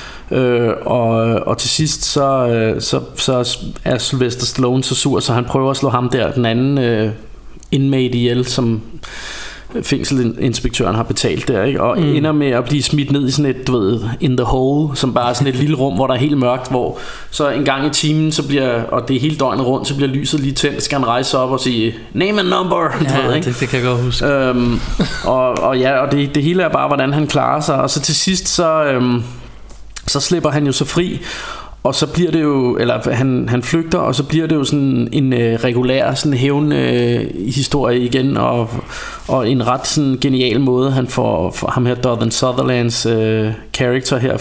Og til sidst så er Sylvester Stallone så sur, så han prøver at slå ham der, den anden inmate ihjel, som fængselinspektøren har betalt der, ikke? Og ender med at blive smidt ned i sådan et, in the hole, som bare er sådan et lille rum, hvor der er helt mørkt, hvor så en gang i timen, så bliver, og det er hele døgnet rundt, så bliver lyset lige tændt, skal han rejse op og sige name and number. Ja, det kan jeg godt huske. Og det hele er bare, hvordan han klarer sig, og så til sidst så slipper han jo så fri, og så bliver det jo, eller han flygter, og så bliver det jo sådan en regulær sådan hævn-historie igen, og en ret sådan genial måde, han får ham her Donald Sutherlands character her,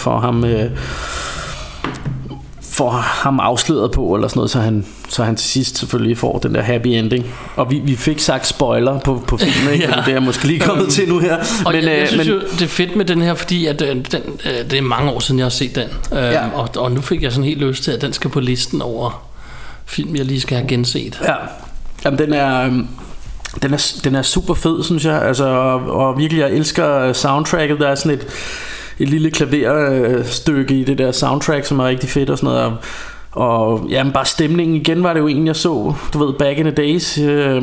får ham afsløret på eller sådan noget, så han til sidst selvfølgelig får den der happy ending. Og vi fik sagt spoiler på filmen, ikke? Det er jeg måske lige kommet til nu her. Men jeg synes jo, det er fedt med den her, fordi at det er mange år siden jeg har set den, og nu fik jeg sådan helt lyst til, at den skal på listen over film jeg lige skal have genset. Ja. Jamen den er super fed, synes jeg. Altså, og virkelig jeg elsker soundtracket. Der er sådan et lille klaverstykke i det der soundtrack, som er rigtig fedt og sådan noget. Og jamen, bare stemningen igen var det jo en jeg så, back in the days,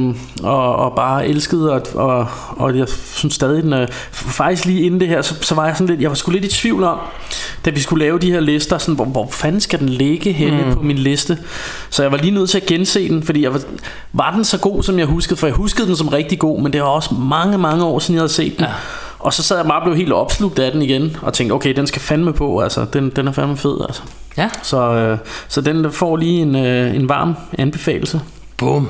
og bare elskede, og jeg synes stadig den faktisk lige inden det her, så var jeg sådan lidt, jeg var sgu lidt i tvivl om, da vi skulle lave de her lister, sådan, hvor fanden skal den ligge henne på min liste. Så jeg var lige nødt til at gense den, fordi var den så god som jeg huskede, for jeg huskede den som rigtig god, men det var også mange år siden jeg havde set den. Ja. Og så sad jeg bare og blev helt opslugt af den igen, og tænkte, okay, den skal fandme på, altså, den er fandme fed, altså. Ja. Så den får lige en varm anbefalelse. Boom.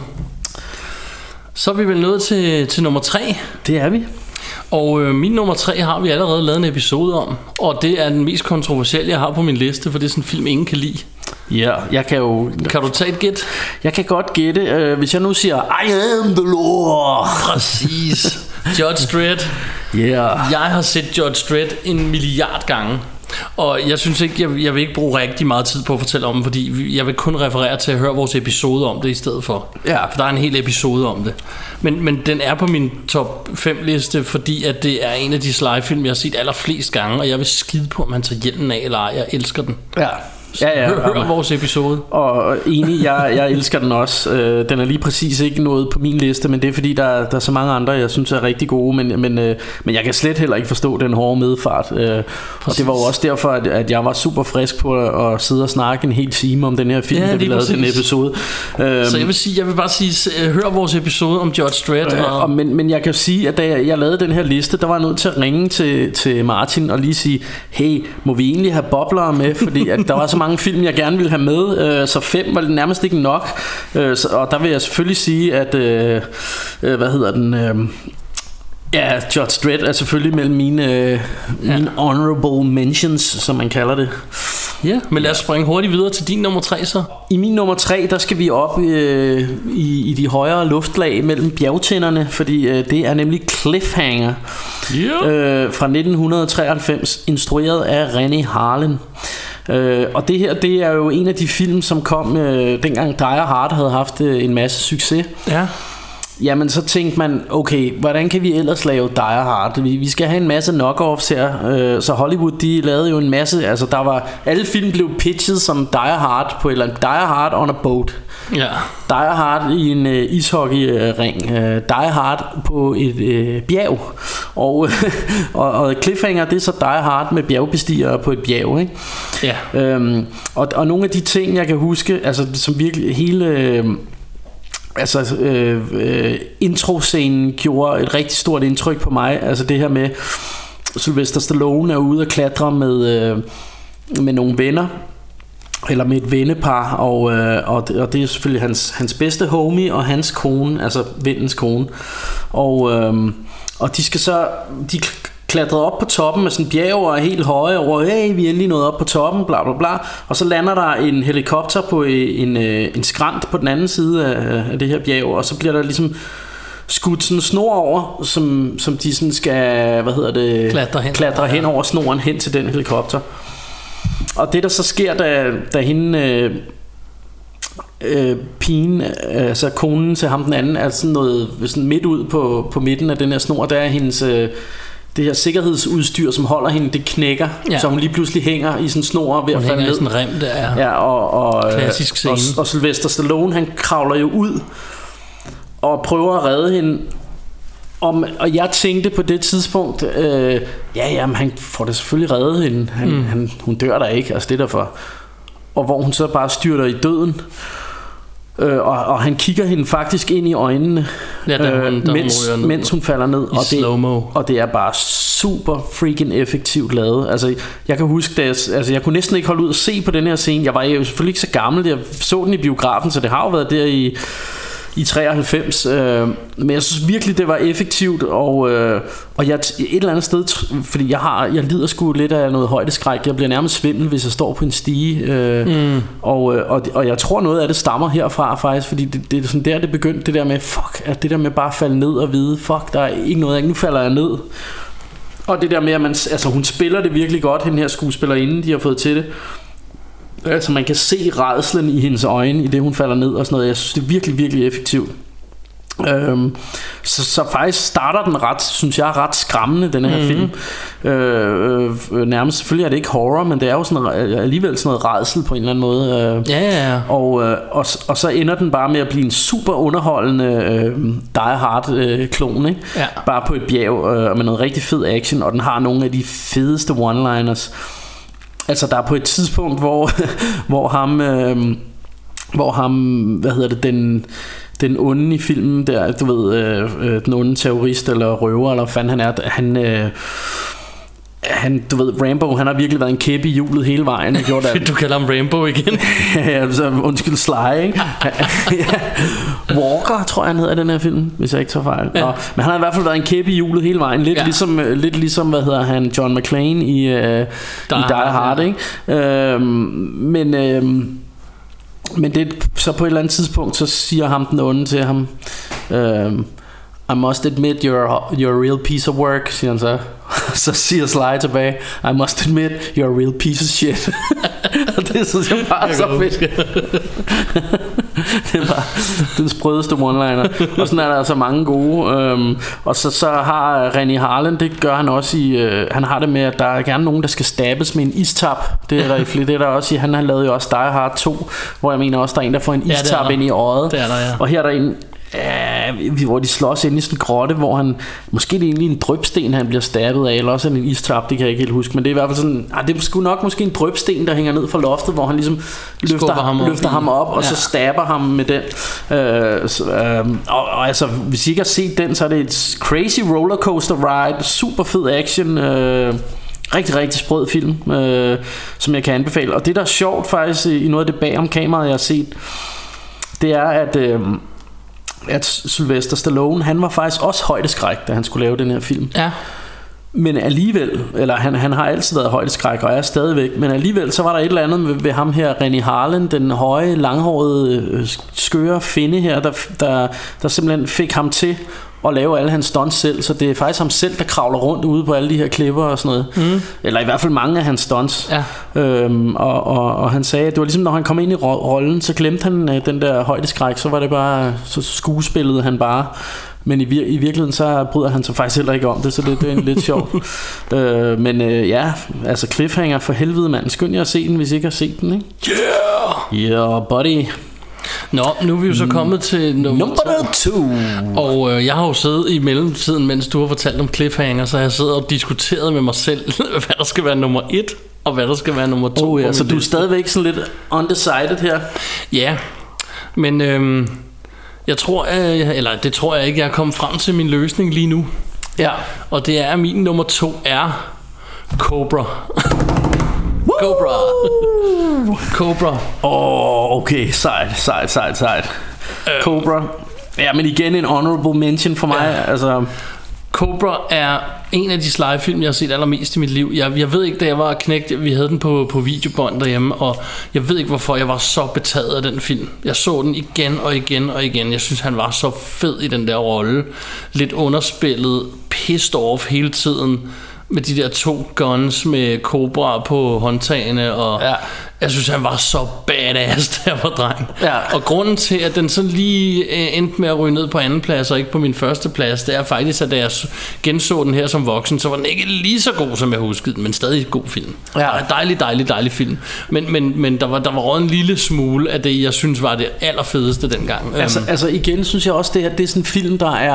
Så er vi vel nået til nummer 3. Det er vi. Og min nummer 3 har vi allerede lavet en episode om, og det er den mest kontroversielle jeg har på min liste, for det er sådan en film ingen kan lide. Ja, jeg kan jo... Kan du tage et gæt? Jeg kan godt gætte. Hvis jeg nu siger I am the Lord. Præcis. Judge Dredd. Yeah. Jeg har set Judge Dredd 1 milliard gange, og jeg synes ikke, jeg vil ikke bruge rigtig meget tid på at fortælle om det, fordi jeg vil kun referere til at høre vores episode om det i stedet for. Ja. For der er en hel episode om det. Men den er på min top 5 liste, fordi at det er en af de sci-film jeg har set allerflest gange, og jeg vil skide på om han tager hjelmen af eller ej. Jeg elsker den. Ja. Hør vores episode. Og enig, jeg elsker den også. Den er lige præcis ikke noget på min liste, men det er fordi der er så mange andre jeg synes er rigtig gode, men jeg kan slet heller ikke forstå den hårde medfart. Og det var jo også derfor at jeg var super frisk på at sidde og snakke en hel time om den her film, da vi lavede den episode. Så jeg vil bare sige, hør vores episode om Judge Dredd. Men jeg kan sige, at da jeg lavede den her liste, der var jeg nødt til at ringe til Martin og lige sige, hey, må vi egentlig have boblere med, fordi at der var så mange film jeg gerne ville have med, så 5 var det nærmest ikke nok, og der vil jeg selvfølgelig sige at Judge Dredd er selvfølgelig mellem mine honorable mentions, som man kalder det. Ja, men lad os springe hurtigt videre til din nummer 3 så. I min nummer 3, der skal vi op i de højere luftlag mellem bjergtænderne, fordi det er nemlig Cliffhanger fra 1993, instrueret af Renny Harlin. Og det her, det er jo en af de film, som kom dengang Die Hard havde haft en masse succes. Ja. jamen så tænkte man, okay, hvordan kan vi ellers lave Die Hard? Vi skal have en masse knockoffs her. Så Hollywood, de lavede jo en masse, altså der var, alle film blev pitchet som Die Hard på et eller andet, Die Hard on a boat. Ja. Die Hard i en ishockeyring, Die Hard på et bjerg, og cliffhanger, det er så Die Hard med bjergbestigere på et bjerg, ikke? Ja. Og nogle af de ting jeg kan huske, altså som virkelig hele introscenen gjorde et rigtig stort indtryk på mig. Altså det her med Sylvester Stallone er ude og klatre med nogle venner, eller med et vennepar, og det er selvfølgelig hans bedste homie og hans kone, altså vennens kone, og de skal så klatret op på toppen af sådan en bjerg og er helt høje over, hey, vi er endelig nået op på toppen, bla bla bla, og så lander der en helikopter på en skrant på den anden side af det her bjerg, og så bliver der ligesom skudt sådan en snor over, som de sådan skal, klatre hen over snoren hen til den helikopter. Og det der så sker, da hende pigen, altså konen til ham den anden, er sådan noget sådan midt ud på midten af den her snor, der er hendes det her sikkerhedsudstyr, som holder hende, det knækker, så hun lige pludselig hænger i sådan en snor ved at falde ned. Sådan en rem, der er. Ja, og klassisk scene. Og Sylvester Stallone, han kravler jo ud og prøver at redde hende. Og jeg tænkte på det tidspunkt, men han får da selvfølgelig reddet hende. Hun dør der ikke, altså det derfor. Og hvor hun så bare styrter i døden. Og han kigger hende faktisk ind i øjnene, mens hun falder ned, og det er bare super freaking effektivt lavet. Altså jeg kan huske, jeg kunne næsten ikke holde ud at se på den her scene. Jeg var jo selvfølgelig ikke så gammel, jeg så den i biografen, så det har jo været der i 93, men jeg synes virkelig det var effektivt, og jeg et eller andet sted, fordi jeg lider sgu lidt af noget højdeskræk. Jeg bliver nærmest svimmel, hvis jeg står på en stige, og jeg tror noget af det stammer herfra faktisk, fordi det er sådan der det begyndte, det der med at det der med bare at falde ned og vide, der er ikke noget, nu falder jeg ned. Og det der med at hun spiller det virkelig godt, den her skuespillerinde, de har fået til det. Altså man kan se rædslen i hendes øjne i det hun falder ned og sådan noget. Jeg synes det er virkelig, virkelig effektivt. Så faktisk starter den ret skræmmende, den her film. Nærmest, selvfølgelig er det ikke horror, men det er jo sådan alligevel sådan noget rædsel på en eller anden måde. Ja. Og så ender den bare med at blive en super underholdende Die Hard klon, ikke? Ja. Bare på et bjerg med noget rigtig fed action, og den har nogle af de fedeste one-liners. Altså der er på et tidspunkt hvor ham den onde i filmen der, du ved, den onde terrorist eller røver eller hvad fanden han er, han, du ved, Rambo, han har virkelig været en kæppe i hjulet hele vejen. Du kalder ham Rambo igen. Ja, så undskyld, Sly, ikke? Walker, tror jeg han hedder i den her film, hvis jeg ikke tager fejl. Ja. Men han har i hvert fald været en kæppe i hjulet hele vejen. Lidt ligesom hvad hedder han, John McClane i Die Hard, ikke? Men det, så på et eller andet tidspunkt, så siger ham den onde til ham, I must admit you're a real piece of work, siger han så. Så siger Sly tilbage, I must admit you're a real piece of shit. Og det synes jeg bare så fedt. Det er bare den sprødeste one-liner. Og sådan er der altså mange gode. Og så har Rennie Harlin, det gør han også han har det med, at der er gerne nogen, der skal stabes med en istap. Det er der i flere, det er der også i. Han har lavet jo også Die Hard 2, hvor jeg mener også, der er en, der får en istap ind i øjet. Det er der, ja. Og her er der en, hvor de slås ind i sådan en grotte, hvor han, måske det er egentlig en drøbsten han bliver stabbet af, eller også en istap, det kan jeg ikke helt huske, men det er i hvert fald sådan, det er sgu nok måske en drøbsten, der hænger ned fra loftet, hvor han ligesom løfter ham op og så stabber ham med den. Og altså, hvis I ikke har set den, så er det et crazy rollercoaster ride, super fed action, rigtig, rigtig sprød film, som jeg kan anbefale. Og det der er sjovt faktisk i noget af det bag om kameraet jeg har set, det er at Sylvester Stallone, han var faktisk også højdeskræk, da han skulle lave den her film. Ja. Men alligevel, eller han har altid været højdeskræk og er stadigvæk, men alligevel så var der et eller andet ved ham her, Rennie Harlin, den høje, langhårede, skøre finde her, der simpelthen fik ham til og lave alle hans stunts selv. Så det er faktisk ham selv, der kravler rundt ude på alle de her klipper og sådan noget. Eller i hvert fald mange af hans stunts. Og han sagde, at det var ligesom når han kom ind i rollen, så glemte han den der højdeskræk. Så var det bare, så skuespillede han bare. Men i virkeligheden så bryder han sig faktisk heller ikke om det. Så det er lidt sjovt. Men altså cliffhanger for helvede, mand. Skynd jer at se den, hvis I ikke har set den, ikke? Yeah buddy. Nå, nu er vi jo så kommet til nummer 2. Og jeg har jo siddet i mellemtiden, mens du har fortalt om cliffhanger, så har jeg siddet og diskuteret med mig selv, hvad der skal være nummer 1 og hvad der skal være nummer 2. Så du er stadigvæk sådan lidt undecided her? Ja, men jeg tror, det tror jeg ikke, jeg er kommet frem til min løsning lige nu. Ja. Og det er, min nummer 2 er Cobra. Cobra. Okay, sejt. Cobra. Ja, men igen en honorable mention for mig. Altså, Cobra er en af de slegefilm, jeg har set allermest i mit liv. Jeg ved ikke, da jeg var knægt, vi havde den på videobånd derhjemme, og jeg ved ikke, hvorfor jeg var så betaget af den film. Jeg så den igen og igen og igen. Jeg synes, han var så fed i den der rolle. Lidt underspillet, pissed off hele tiden, med de der 2 guns med Cobra på håndtagene, og jeg synes han var så badass, da jeg var dreng. Og grunden til at den så lige endte med at ryge ned på anden plads og ikke på min første plads, det er faktisk, at da jeg genså den her som voksen, så var den ikke lige så god som jeg huskede den, men stadig en god film. Dejlig film. Men der var røget en lille smule af det, jeg synes var det allerfedeste dengang. Altså igen synes jeg også, det er sådan en film, der er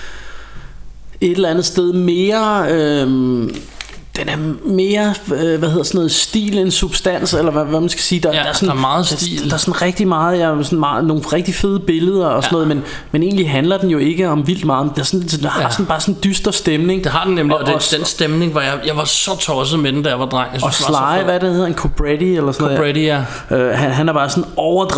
et eller andet sted mere den er mere stil end substans, eller hvad man skal sige. Der er sådan, der er meget stil. Der er sådan rigtig meget, nogle rigtig fede billeder og sådan noget, men egentlig handler den jo ikke om vildt meget. Der er sådan, den har sådan bare sådan en dyster stemning. Det har den nemlig, og den stemning var jeg var så tosset med den, da jeg var dreng. Jeg synes, og Sly, hvad det hedder, en Cobretti eller sådan noget. Cobretti, han er bare sådan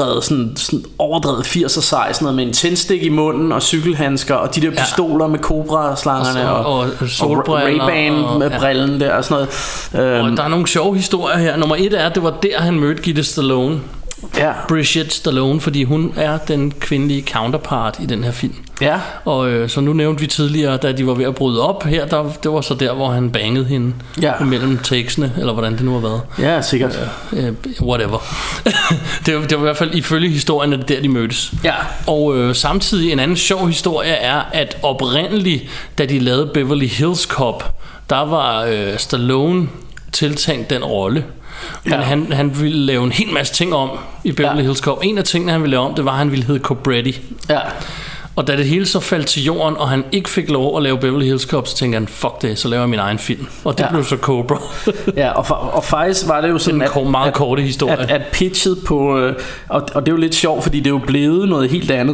overdrevet 80'er sej, sådan noget med en tændstik i munden og cykelhandsker og de der pistoler med Cobra-slangerne og Ray-Ban med brillen der og sådan noget. Og der er nogle sjove historier her. Nummer 1 er, at det var der, han mødte Gitte Stallone. Ja. Brigitte Stallone, fordi hun er den kvindelige counterpart i den her film. Ja. Og så nu nævnte vi tidligere, da de var ved at bryde op her, det var så der, hvor han bangede hende mellem takesene, eller hvordan det nu har været. Ja, sikkert. Whatever. det var i hvert fald ifølge historien, at det der de mødtes. Ja. Og samtidig en anden sjov historie er, at oprindeligt, da de lavede Beverly Hills Cop, der var Stallone tiltænkt den rolle. Men han ville lave en hel masse ting om i Beverly Hills Cop. En af tingene, han ville lave om, det var, at han ville hedde Cobretti. Ja. Og da det hele så faldt til jorden, og han ikke fik lov at lave Beverly Hills Cop, så tænkte han, fuck det, så laver jeg min egen film. Og det blev så Cobra. Ja, og faktisk var det jo sådan en meget korte historie. At pitchet på, og det er jo lidt sjovt, fordi det er jo blevet noget helt andet.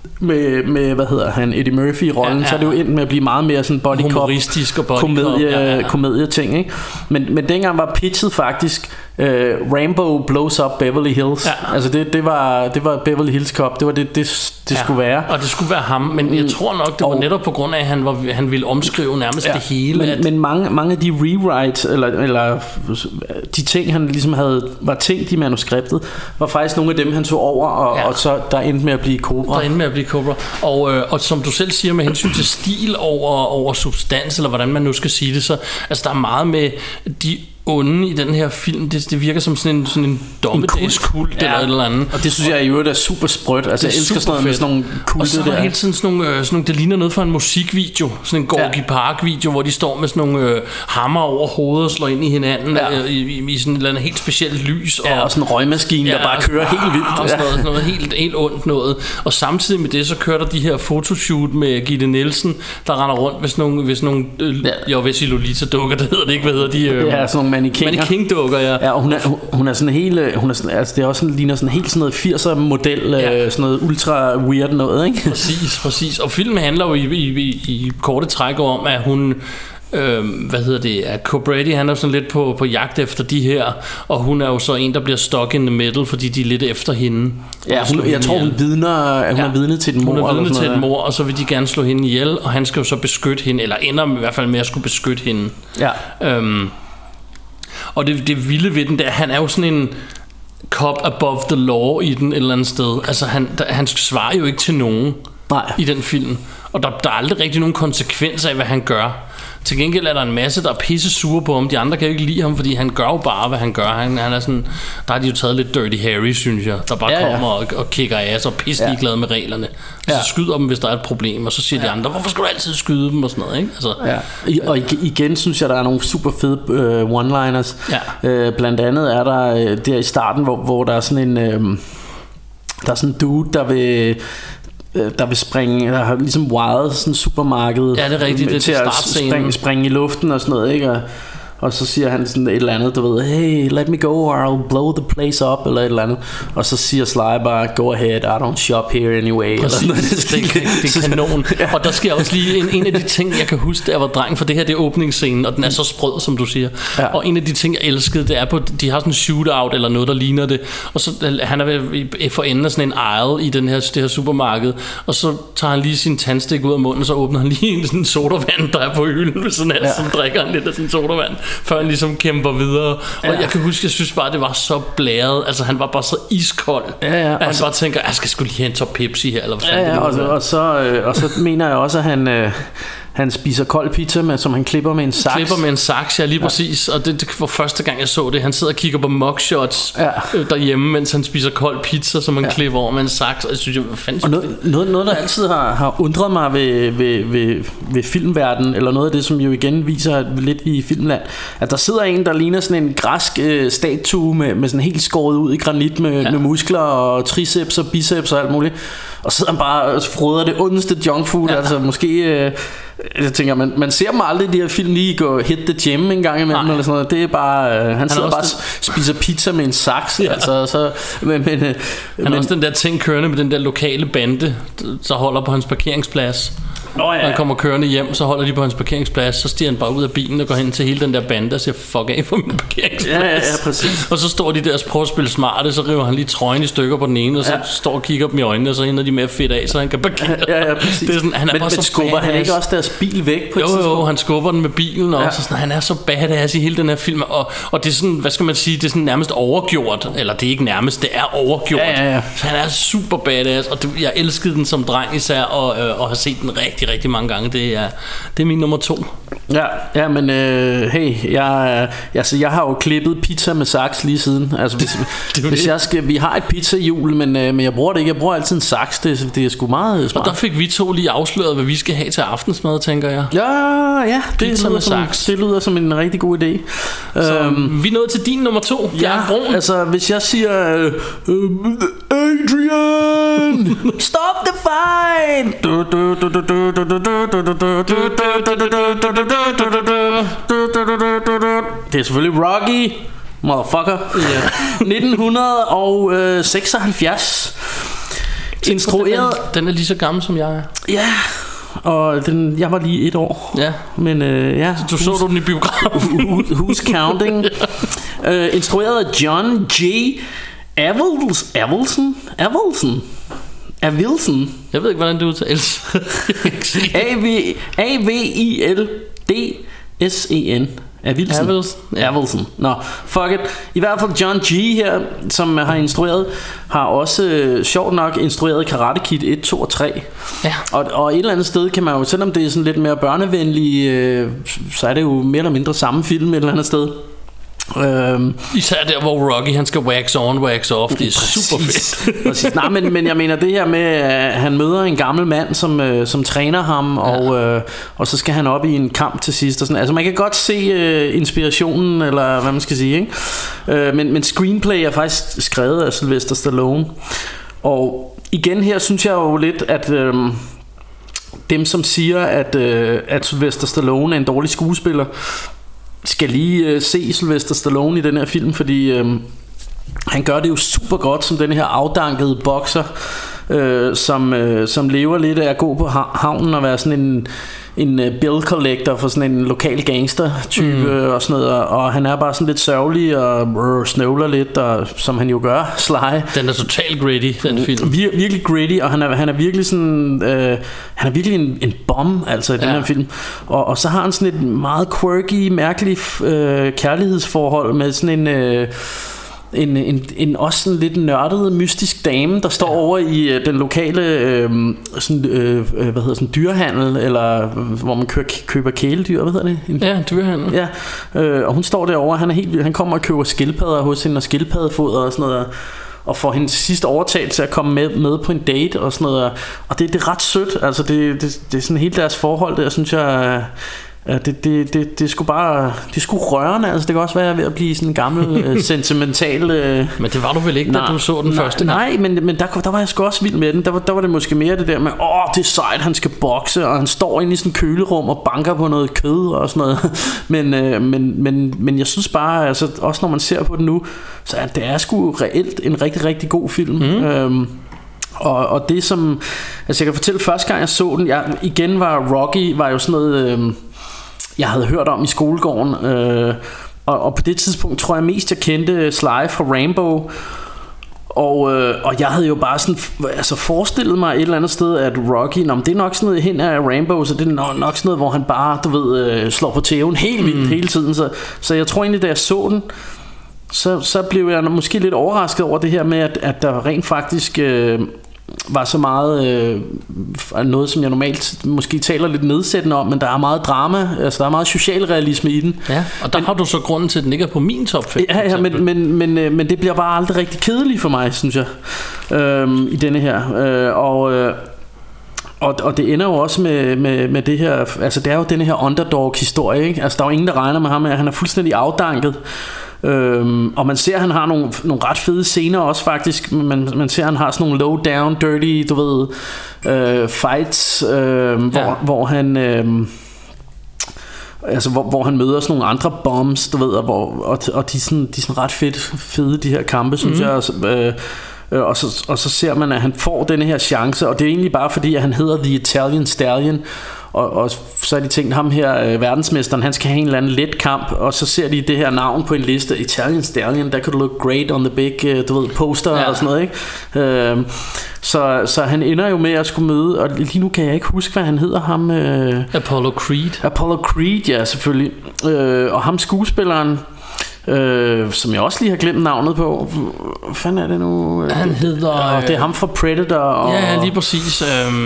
Med hvad hedder han, Eddie Murphy i rollen, så er det jo endt med at blive meget mere sådan body cop, humoristisk og body komedie ting, ikke? Men dengang var pitchet faktisk Rambo blows up Beverly Hills. Altså det var Beverly Hills Cop. Det var det skulle være. Og det skulle være ham, men jeg tror nok det var netop på grund af at han ville omskrive nærmest det hele. Men mange af de rewrites eller de ting han ligesom var tænkt i manuskriptet, var faktisk nogle af dem han tog over og så der endte med at blive Cobra. Og som du selv siger med hensyn til stil over substans, eller hvordan man nu skal sige det, så altså der er meget med de onde i den her film. Det virker som sådan en dommedagskult eller andet. Og det synes jeg jo er super sprødt. Altså jeg elsker sådan noget med sådan nogle kulte. Og så er der hele tiden sådan nogle, det ligner noget fra en musikvideo, sådan en Gorky Park video, hvor de står med sådan nogle hammer over hovedet og slår ind i hinanden i sådan et eller andet helt specielt lys og sådan en røgmaskine der bare kører helt vildt og sådan noget helt ondt noget. Og samtidig med det så kører der de her fotoshoot med Gitte Nielsen, der render rundt med sådan nogle hvis Lolita dukker, det hedder det ikke, hvad hedder de? Sådan nogle mannequin-dukker, ja, og hun er sådan helt, altså det er også sådan, ligner sådan helt sådan noget 80'er model, sådan noget ultra weird noget, ikke? Præcis. Og filmen handler jo i korte træk om, at hun at Cobretti, han er sådan lidt på jagt efter de her, og hun er jo så en, der bliver stuck in the middle, fordi de er lidt efter hende. Ja, jeg tror hun er vidne til et mord. Hun er vidne til et mord, og så vil de gerne slå hende ihjel, og han skal jo så beskytte hende, eller ender i hvert fald med at skulle beskytte hende. Ja. Og det vilde ved den der, han er jo sådan en cop above the law i den et eller andet sted. Altså han svarer jo ikke til nogen. i den film. Og der er aldrig rigtig nogen konsekvens af, hvad han gør. Til gengæld er der en masse, der er pisse sure på ham. De andre kan jo ikke lide ham, fordi han gør jo bare, hvad han gør. Han er sådan, der har de jo taget lidt Dirty Harry, synes jeg, der bare kommer og kigger ass og pisse ligeglade med reglerne. Og så skyder dem, hvis der er et problem, og så siger de andre, hvorfor skal du altid skyde dem og sådan noget, ikke? Altså. Ja. Og igen synes jeg, der er nogle super fede one-liners. Blandt andet er der der i starten, hvor der er sådan en der er sådan en dude, der vil springe, der har ligesom wired sådan en supermarked. Ja, det er rigtigt, det er til at springe i luften og sådan noget, ikke? Og så siger han sådan et eller andet, du ved, hey, let me go or I'll blow the place up, eller et eller andet. Og så siger Sly bare, go ahead, I don't shop here anyway. Præcis, det er kanon. Og der sker også lige en af de ting, jeg kan huske, da jeg var dreng, for det her, det er åbningsscenen, og den er så sprød, som du siger. Og en af de ting, jeg elskede, det er på, de har sådan en shootout eller noget, der ligner det. Og så han er ved for enden af sådan en aisle i det her supermarked, og så tager han lige sin tandstik ud af munden, og så åbner han lige en sådan sodavand, der er på hylden ved sådan her, så drikker han lidt af sådan sodavand, før han ligesom kæmper videre. Og jeg kan huske, jeg synes bare, det var så blæret. Altså han var bare så iskold, at han bare tænker, jeg skal sgu lige have en top Pepsi her, eller hvad og så mener jeg også, at han spiser kold pizza, som han klipper med en saks. Klipper med en saks, ja, lige præcis. Og det var første gang, jeg så det. Han sidder og kigger på mugshots derhjemme, mens han spiser kold pizza, som han klipper over med en saks. Og jeg synes, hvad fanden. Og noget der altid har undret mig ved filmverdenen, eller noget af det, som jo igen viser lidt i filmland, at der sidder en, der ligner sådan en græsk statue med sådan helt skåret ud i granit med muskler og triceps og biceps og alt muligt. Og så sidder han bare og froder det ondeste junkfood. Altså måske jeg tænker, man ser dem aldrig de her film lige gå hit the gym en gang imellem eller sådan noget. Det er bare han sidder bare spiser pizza med en saks. Altså så han har også den der ting kørende med den der lokale bande, der holder på hans parkeringsplads. Når han kommer kørende hjem, så holder de på hans parkeringsplads. Så stiger han bare ud af bilen og går hen til hele den der bande og siger, fuck af for min parkeringsplads. Ja, præcis. Og så står de der og prøver at spille smarte. Så river han lige trøjen i stykker på den ene, og så står og kigger dem i øjnene, og så ender de med at fedt af, så han kan parkere. Ja, præcis. Det er sådan, han er bare så skubber han ikke også deres bil væk på et tidspunkt? Jo, han skubber den med bilen og så sådan, han er så badass i hele den her film. Og det er sådan, hvad skal man sige, det er sådan nærmest overgjort. Eller det er ikke nærmest, det er overgjort. Ja. Så han er super badass. Og jeg elskede den som dreng især, og har set den rigtig, rigtig mange gange. Det er min nummer 2. Ja, men hey, jeg har jo klippet pizza med saks lige siden. Altså hvis jeg skal, vi har et pizzahjul, men jeg bruger det ikke. Jeg bruger altid en saks. Det er sgu meget smart. Og der fik vi to lige afsløret, hvad vi skal have til aftensmad, tænker jeg. Ja, det lyder som en rigtig god idé. Så vi er nået til din nummer 2. Ja, altså hvis jeg siger Adrian, stop the fight. Det er selvfølgelig Rocky, motherfucker. 1976. Instrueret. Den er lige så gammel som jeg er. Ja. Og jeg var lige 1 år. Ja. Men så du den i biografen. Who's counting? Instrueret af John G. Avildsen. Jeg ved ikke, hvordan det udtales. Avildsen. Avildsen. Nå, fuck it. I hvert fald John G. her, som har instrueret, har også sjovt nok instrueret Karate Kid 1, 2 og 3. Ja. Og et eller andet sted kan man jo, selvom det er sådan lidt mere børnevenlig, så er det jo mere eller mindre samme film et eller andet sted. Især der hvor Rocky han skal wax on, wax off. Det er super fedt. Præcis. Nej, men jeg mener det her med at han møder en gammel mand som træner ham, og så skal han op i en kamp til sidst og sådan. Altså man kan godt se inspirationen, eller hvad man skal sige, ikke? Men screenplay er faktisk skrevet af Sylvester Stallone. Og igen her synes jeg jo lidt at dem som siger at Sylvester Stallone er en dårlig skuespiller, skal lige se Sylvester Stallone i den her film, fordi han gør det jo super godt som den her afdankede bokser, som lever lidt af at gå på havnen og være sådan en bill collector for sådan en lokal gangster type og sådan noget, og han er bare sådan lidt sørgelig og snøvler lidt, og som han jo gør, Sly. Den er totalt gritty, den film. Virkelig gritty, og han er virkelig sådan han er virkelig en bomb altså i den her film, og så har han sådan et meget quirky, mærkeligt kærlighedsforhold med sådan en også sådan lidt nørdet mystisk dame, der står over i den lokale dyrehandel, eller hvor man køber kæledyr, hvad hedder det? Ja, dyrehandel. Ja, og hun står derovre, han kommer og køber skildpadder hos hende og skildpaddefoder og sådan noget, og får hende til sidst overtalt til at komme med på en date og sådan noget, og det er ret sødt. Altså det er sådan hele deres forhold der, synes jeg. Ja, det er sgu bare, det er sgu rørende. Altså det kan også være, at jeg er ved at blive sådan en gammel sentimental. Men det var du vel ikke, da du så den første gang? Nej, men der var jeg sgu også vild med den. Der var det måske mere det der med, det er sejt, han skal bokse, og han står inde i sådan en kølerum og banker på noget kød og sådan noget. Men jeg synes bare, altså også når man ser på den nu, så det er sgu reelt en rigtig, rigtig god film. Og det som, altså jeg kan fortælle, første gang jeg så den, igen var Rocky, var jo sådan noget, jeg havde hørt om i skolegården, og på det tidspunkt tror jeg mest jeg kendte Sly fra Rambo, og jeg havde jo bare sådan, altså forestillet mig et eller andet sted, at Rocky, det er nok sådan noget hen af Rambo, så det er nok sådan noget, hvor han bare, du ved, slår på tæven helt vildt hele tiden, så jeg tror egentlig, da jeg så den, så blev jeg måske lidt overrasket over det her med, at der rent faktisk var så meget noget, som jeg normalt måske taler lidt nedsættende om, men der er meget drama, altså der er meget socialrealisme i den. Ja, og der har du så grunden til, at den ikke er på min top 5. Ja, men det bliver bare aldrig rigtig kedeligt for mig, synes jeg, i denne her. Og det ender jo også med det her, altså det er jo denne her underdog-historie, ikke? Altså der er jo ingen, der regner med ham, at han er fuldstændig afdanket. Og man ser, at han har nogle ret fede scener også faktisk. Man ser, at han har sådan nogle low down, dirty, du ved, fights, hvor han altså hvor han møder sådan nogle andre bombs, du ved, og de er sådan ret fede de her kampe, synes jeg. Og så ser man, at han får denne her chance, og det er egentlig bare fordi, at han hedder The Italian Stallion. Og så er de tænkt, ham her verdensmesteren, han skal have en eller anden let kamp, og så ser de det her navn på en liste, Italian Stallion, that could look great on the big, du ved, poster og sådan noget, ikke? Så han ender jo med at skulle møde, og lige nu kan jeg ikke huske, hvad han hedder, ham Apollo Creed. Apollo Creed, ja, selvfølgelig. Og ham skuespilleren, som jeg også lige har glemt navnet på. Hvad fanden er det nu? Han hedder det er ham fra Predator og, ja, lige præcis.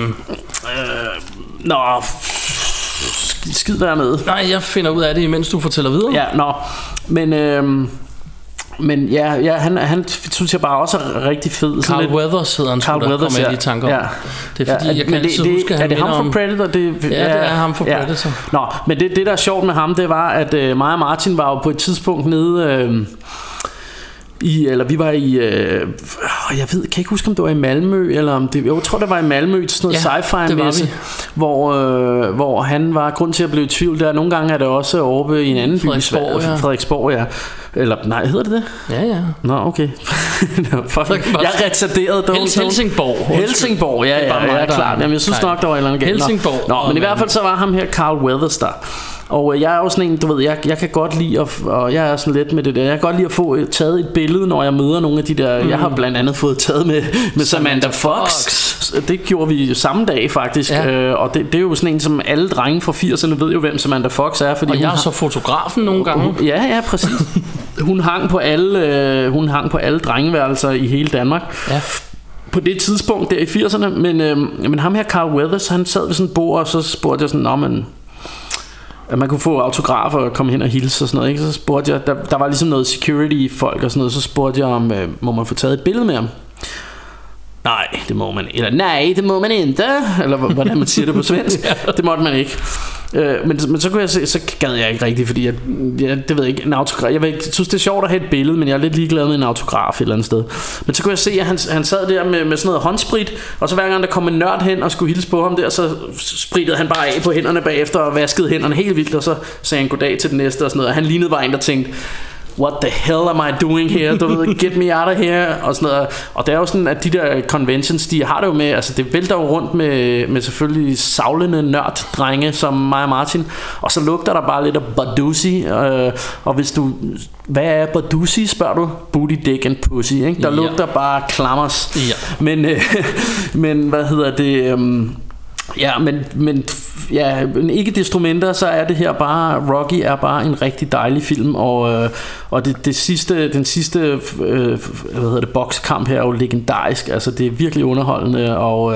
Skid dernede. Nej, jeg finder ud af det, imens du fortæller videre. Ja, men ja, han synes jeg bare også er rigtig fed. Carl Weathers hedder han, Carl Weathers, kommer jeg lige i tanke om. Ja. Det er fordi, jeg kan altid huske, at han minder om... Er det ham fra Predator? Det er ham fra Predator. Nå, men det der er sjovt med ham, det var, at mig og Martin var jo på et tidspunkt nede... vi var i jeg kan ikke huske om det var i Malmø eller om det, jeg tror det var i Malmø til sådan noget sci-fi messe, hvor han var grund til at blive i tvivl der. Nogle gange er det også oppe i en anden by, Frederiksborg, ja. Eller nej, hedder det? Ja. Nå, okay. Jeg er retarderet. Helsingborg, ja, klart. Jamen, jeg synes nok der var et eller andet galt. Helsingborg. Nå, men i hvert fald så var ham her Carl Weathers der. Og jeg er jo sådan en, du ved, jeg kan godt lide og jeg er sådan lidt med det der. Jeg kan godt lide at få taget et billede, når jeg møder nogle af de der. Jeg har blandt andet fået taget med Samantha Fox. Det gjorde vi samme dag faktisk. Og det er jo sådan en, som alle drenge fra 80'erne ved jo, hvem Samantha Fox er, fordi og jeg er så fotografen nogle gange. Ja, præcis. Hun hang på alle drengeværelser i hele Danmark. Ja. På det tidspunkt der i 80'erne, men ham her Carl Weathers, han sad ved sådan et bord, og så spurgte jeg sådan, at man kunne få autografer og komme hen og hilse og sådan noget, ikke? Så spurgte jeg, der var ligesom noget security folk og sådan noget, så spurgte jeg om, må man få taget et billede med ham? Nej, det må man. Eller nej, det må man ikke. Eller hvordan man siger det på svensk. Det måtte man ikke. Men så kunne jeg se, så gad jeg ikke rigtigt, fordi det ved jeg ikke, en autograf. Jeg synes det er sjovt at have et billede, men jeg er lidt ligeglad med en autograf et eller andet sted. Men så kunne jeg se, at han sad der med sådan noget håndsprit, og så hver gang der kom en nørd hen og skulle hilse på ham der, så sprittede han bare af på hænderne bagefter og vaskede hænderne helt vildt, og så sagde han goddag til den næste og sådan noget. Og han lignede bare en, der tænkte, what the hell am I doing here? Du ved, get me out of here og sådan noget. Og det er jo sådan, at de der conventions, de har det jo med, altså det vælter jo rundt med selvfølgelig savlende nørddrenge som mig og Martin, og så lugter der bare lidt af Badusi, og hvis du, hvad er Badusi, spørger du? Booty, dick and pussy, ikke? Der lugter bare klammers. Men hvad hedder det? Ja, men ikke desto mindre, så er det her bare, Rocky er bare en rigtig dejlig film, og den sidste bokskamp her er jo legendarisk. Altså det er virkelig underholdende,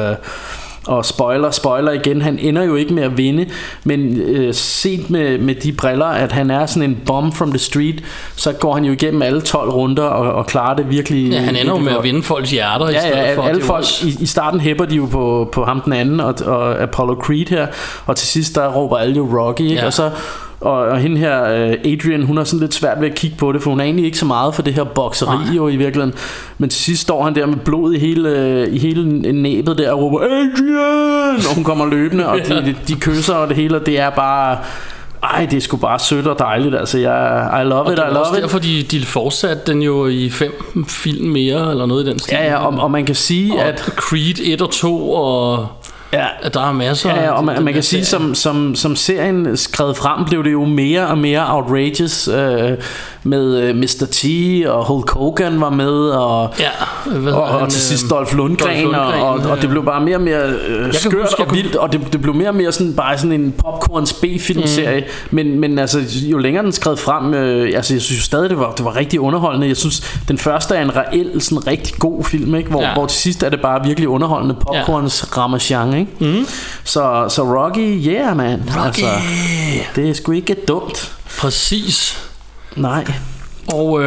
og spoiler igen, han ender jo ikke med at vinde, men set med de briller, at han er sådan en bomb from the street, så går han jo igennem alle 12 runder og klarer det virkelig. Ja, han ender jo med at vinde folks hjerter i stedet for. Alle folk i starten hæpper de jo på ham den anden og Apollo Creed her, og til sidst der råber alle jo Rocky, ikke? Ja. Og så og hende her Adrian, hun har sådan lidt svært ved at kigge på det, for hun er egentlig ikke så meget for det her bokseri jo i virkeligheden. Men til sidst står han der med blod i hele næbet der og råber Adrian, og hun kommer løbende, og de kysser og det hele, og det er bare... Ej, det er sgu bare sødt og dejligt. Altså, I love it, I love it. Derfor de fortsatte den jo i 5 film mere, eller noget i den stil. Ja, og man kan sige, og at Creed 1 og 2 og... Ja, at der er masser. Ja, og man kan sige, som serien skred frem, blev det jo mere og mere outrageous, med Mr. T og Hulk Hogan var med, og til sidst Dolph Lundgren, og det blev bare mere og mere skørt og vildt, og det blev mere og mere sådan, bare sådan en popcorns B-filmserie, men altså, jo længere den skred frem, altså jeg synes stadig, det var rigtig underholdende. Jeg synes, den første er en reel, sådan rigtig god film, ikke? Hvor til sidst er det bare virkelig underholdende popcorns ramachan, ikke? Mm. Så Rocky, yeah man. Rocky. Altså, det er sgu ikke dumt. Præcis. Nej. Og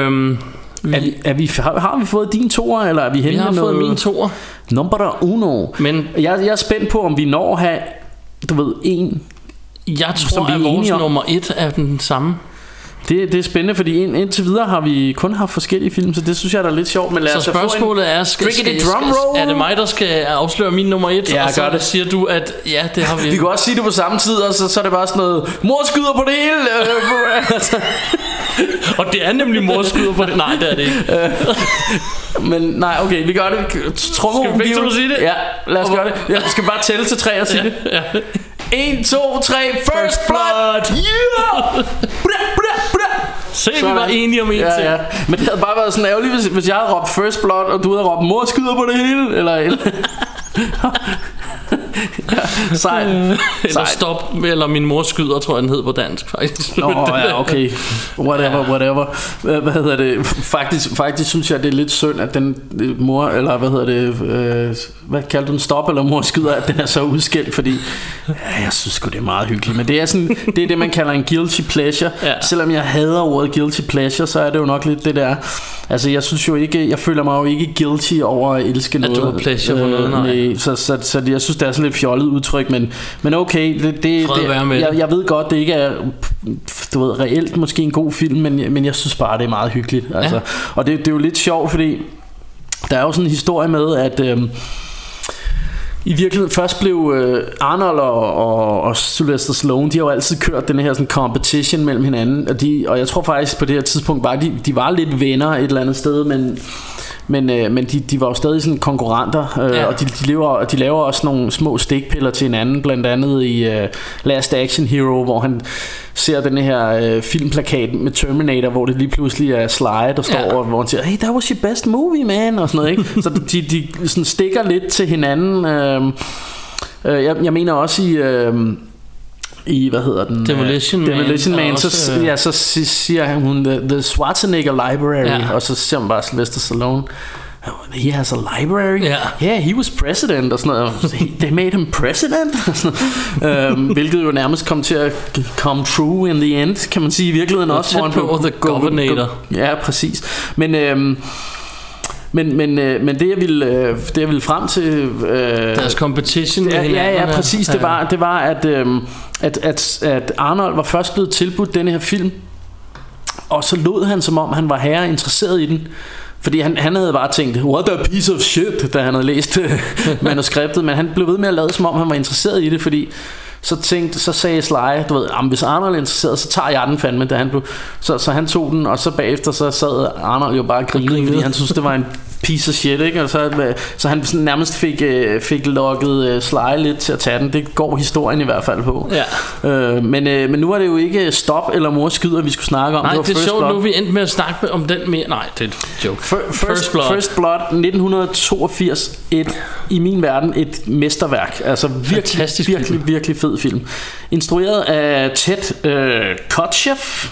har vi fået din toer, eller er vi henne? Vi har fået min toer. Nummer uno. Men jeg er spændt på, om vi når at have, du ved, en. Jeg tror, at vores nummer 1 er den samme. Det er spændende, fordi indtil videre har vi kun haft forskellige film, så det synes jeg der er lidt sjovt. Men så spørgsmålet er, er det mig, der skal afsløre min nummer 1? Ja, og så det. Siger du, at ja, det har vi. Vi kan også sige det på samme tid, og så er det bare sådan noget, mor skyder på det hele. Og det er nemlig mor skyder på det. Nej, det er det ikke. Men nej, okay, vi gør det. Skal vi begge sige det? Ja, lad os gøre det. Jeg skal bare tælle til 3 og sige det. 1, 2, 3, first blood. Yeah! Se, vi var enige om en ting. Ja. Men det havde bare været sådan ærgerligt, hvis jeg havde råbt first blood, og du havde råbt mor skyder på det hele. Eller sejt. Eller stop, eller min mor skyder, tror jeg den hed på dansk faktisk. Nå ja, okay. Whatever. Hvad hedder det? Faktisk synes jeg det er lidt synd, at den mor, eller hvad hedder det, hvad kalder du den, stop eller mor skyder, at den er så udskilt, fordi jeg synes sgu det er meget hyggeligt. Men det er sådan, det er det man kalder en guilty pleasure. Selvom jeg hader ordet guilty pleasure, så er det jo nok lidt det der. Altså jeg synes jo ikke, jeg føler mig jo ikke guilty over at elske noget. At du har pleasure for noget, nej. Så jeg synes det er sådan lidt fjollet udtryk, men okay, jeg ved godt det ikke er, du ved, reelt måske en god film, men jeg synes bare det er meget hyggeligt. Altså, og det er jo lidt sjovt, fordi der er jo sådan en historie med, at i virkeligheden først blev Arnold og Sylvester Stallone, de har jo altid kørt den her sådan competition mellem hinanden, og jeg tror faktisk på det her tidspunkt bare de var lidt venner et eller andet sted, men de var jo stadig sådan konkurrenter, og de laver også nogle små stikpiller til hinanden, blandt andet i Last Action Hero, hvor han ser den her filmplakat med Terminator, hvor det lige pludselig er Sly, der står hvor han siger, hey, that was your best movie, man, og sådan noget, ikke? Så de sådan stikker lidt til hinanden. Jeg mener også i hvad hedder den, Demolition Man, så siger hun the Schwarzenegger Library, og så siger man bare Sylvester Stallone, he has a library. Yeah, he was president og sådan noget. They made him president. Hvilket jo nærmest kom til at come true in the end, kan man sige i virkeligheden også. Tæt på the governor. Ja, præcis. Men det jeg ville frem til deres competition med hinanden. Ja, præcis. Det var at Arnold var først blevet tilbudt denne her film, og så lod han som om han var herre interesseret i den. Fordi han havde bare tænkt, what a piece of shit, da han havde læst manuskriptet. Men han blev ved med at lade som om han var interesseret i det, fordi så sagde Sly, du ved, hvis Arnold er interesseret, så tager jeg den fandme, da han blev. Så han tog den, og så bagefter så sad Arnold jo bare og grinede, fordi han synes det var en piece of shit, ikke? Og så han sådan nærmest fik lukket Sly lidt til at tage den. Det går historien i hvert fald på. Ja. Men nu er det jo ikke Stop eller Mor skyder, vi skulle snakke om. Nej, det er sjovt, Blood. Nu vi endte med at snakke om den mere. Nej, det er et joke. First Blood 1982. I min verden et mesterværk. Altså virkelig fed film. Instrueret af Ted Kotcheff.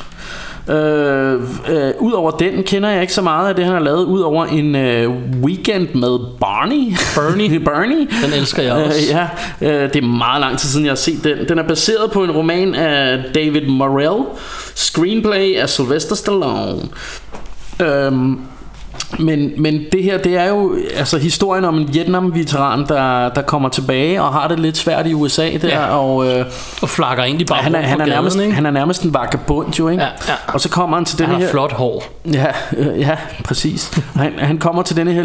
Udover den kender jeg ikke så meget af det han har lavet. Udover en Weekend med Bernie. Den elsker jeg også. Det er meget lang tid siden jeg har set den. Den er baseret på en roman af David Morrell. Screenplay af Sylvester Stallone. Men det her, det er jo altså historien om en Vietnam-veteran, der kommer tilbage og har det lidt svært i USA der, ja. og flakker egentlig bare han er nærmest en vagabond jo, ikke? Ja. Og så kommer han til denne her... Han har flot hår. Ja, præcis. Han kommer til denne her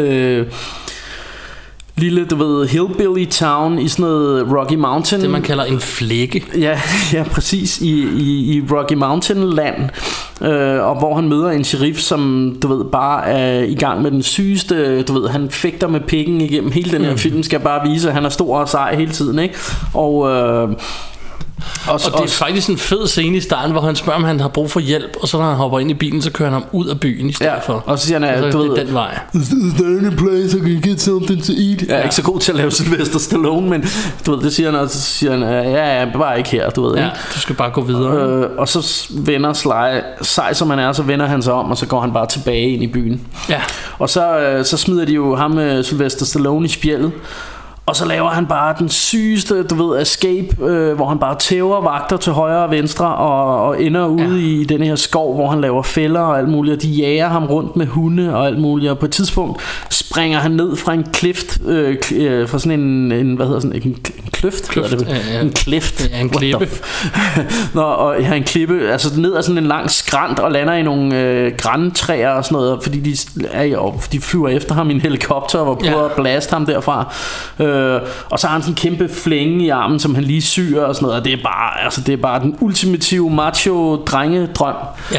lille, du ved, hillbilly town i sådan noget Rocky Mountain. Det man kalder en flække. Ja, præcis. I Rocky Mountain land. Og hvor han møder en sheriff, som du ved bare er i gang med den sygeste, du ved, han fægter med pikken igennem hele den her film, skal bare vise at han er stor og sej hele tiden, ikke? Og det er faktisk en fed scene i starten, hvor han spørger om han har brug for hjælp, og så når han hopper ind i bilen, så kører han ham ud af byen i stedet for. Og så siger han, du ved, den vej. Is there any place I can get something to eat? Jeg er ikke så god til at lave Sylvester Stallone, men du ved, det siger han, og så siger han, ja, bare ikke her, du ved, ikke? Du skal bare gå videre. Og så vender Sly, som han er, så vender han sig om, og så går han bare tilbage ind i byen. Ja. Og så smider de jo ham, Sylvester Stallone, i spjældet. Og så laver han bare den sygeste, du ved, escape, hvor han bare tæver vagter til højre og venstre og ender ude i den her skov, hvor han laver fælder og alt muligt, og de jager ham rundt med hunde og alt muligt, og på et tidspunkt springer han ned fra en klift, fra sådan en hvad hedder sådan en kløft? En klift. Ja, en klippe. En klippe, altså ned ad sådan en lang skrant og lander i nogle grantræer og sådan noget, fordi de flyver efter ham i en helikopter og prøver at blaste ham derfra. Og så har han sådan en kæmpe flænge i armen, som han lige syr og sådan noget, og det er bare den ultimative macho drengedrøm.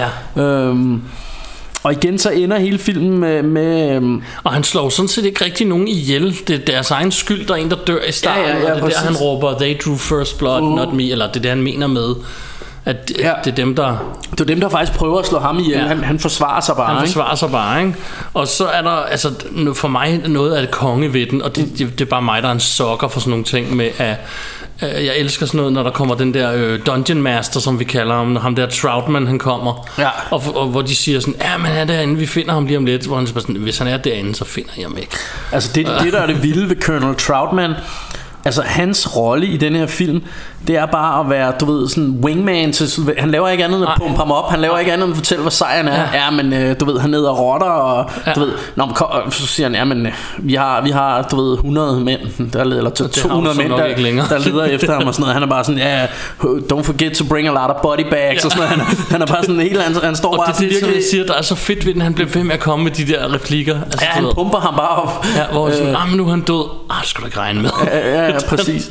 Og igen så ender hele filmen med og han slår sådan set ikke rigtig nogen ihjel. Det er deres egen skyld, der er en der dør i starten. Og det er der han råber They drew first blood, not me. Eller det er det han mener med at det er dem der faktisk prøver at slå ham ihjel. Han forsvarer sig bare. Han forsvarer sig bare, ikke? Og så er der altså for mig noget af det konge ved den, og det er bare mig der er en sokker for sådan nogle ting med at jeg elsker sådan noget, når der kommer den der Dungeon Master, som vi kalder ham der Troutman, han kommer. Og hvor de siger sådan, men han er derinde, vi finder ham lige om lidt. Hvor han siger sådan, hvis han er derinde, så finder jeg ham ikke. Altså det der er det vilde ved Colonel Troutman. Altså hans rolle i den her film, det er bare at være, du ved, sådan wingman til, han laver ikke andet end at pumpe ham op. Han laver ikke andet end at fortælle, hvad sejren er. Men du ved, han ned og rotter og du ved, så siger han, men vi har du ved 100 mænd eller 200 mænd der leder efter ham og sådan noget. Han er bare sådan, don't forget to bring a lot of body bags og sådan noget. Han er bare sådan helt, han står og bare det virkelig siger, der er så fedt ved den, han bliver ved med at komme med de der replikker. Altså, han pumper ham bare op. Hvor sådan, men nu er han død. Det skal du ikke regne med. Ja, præcis.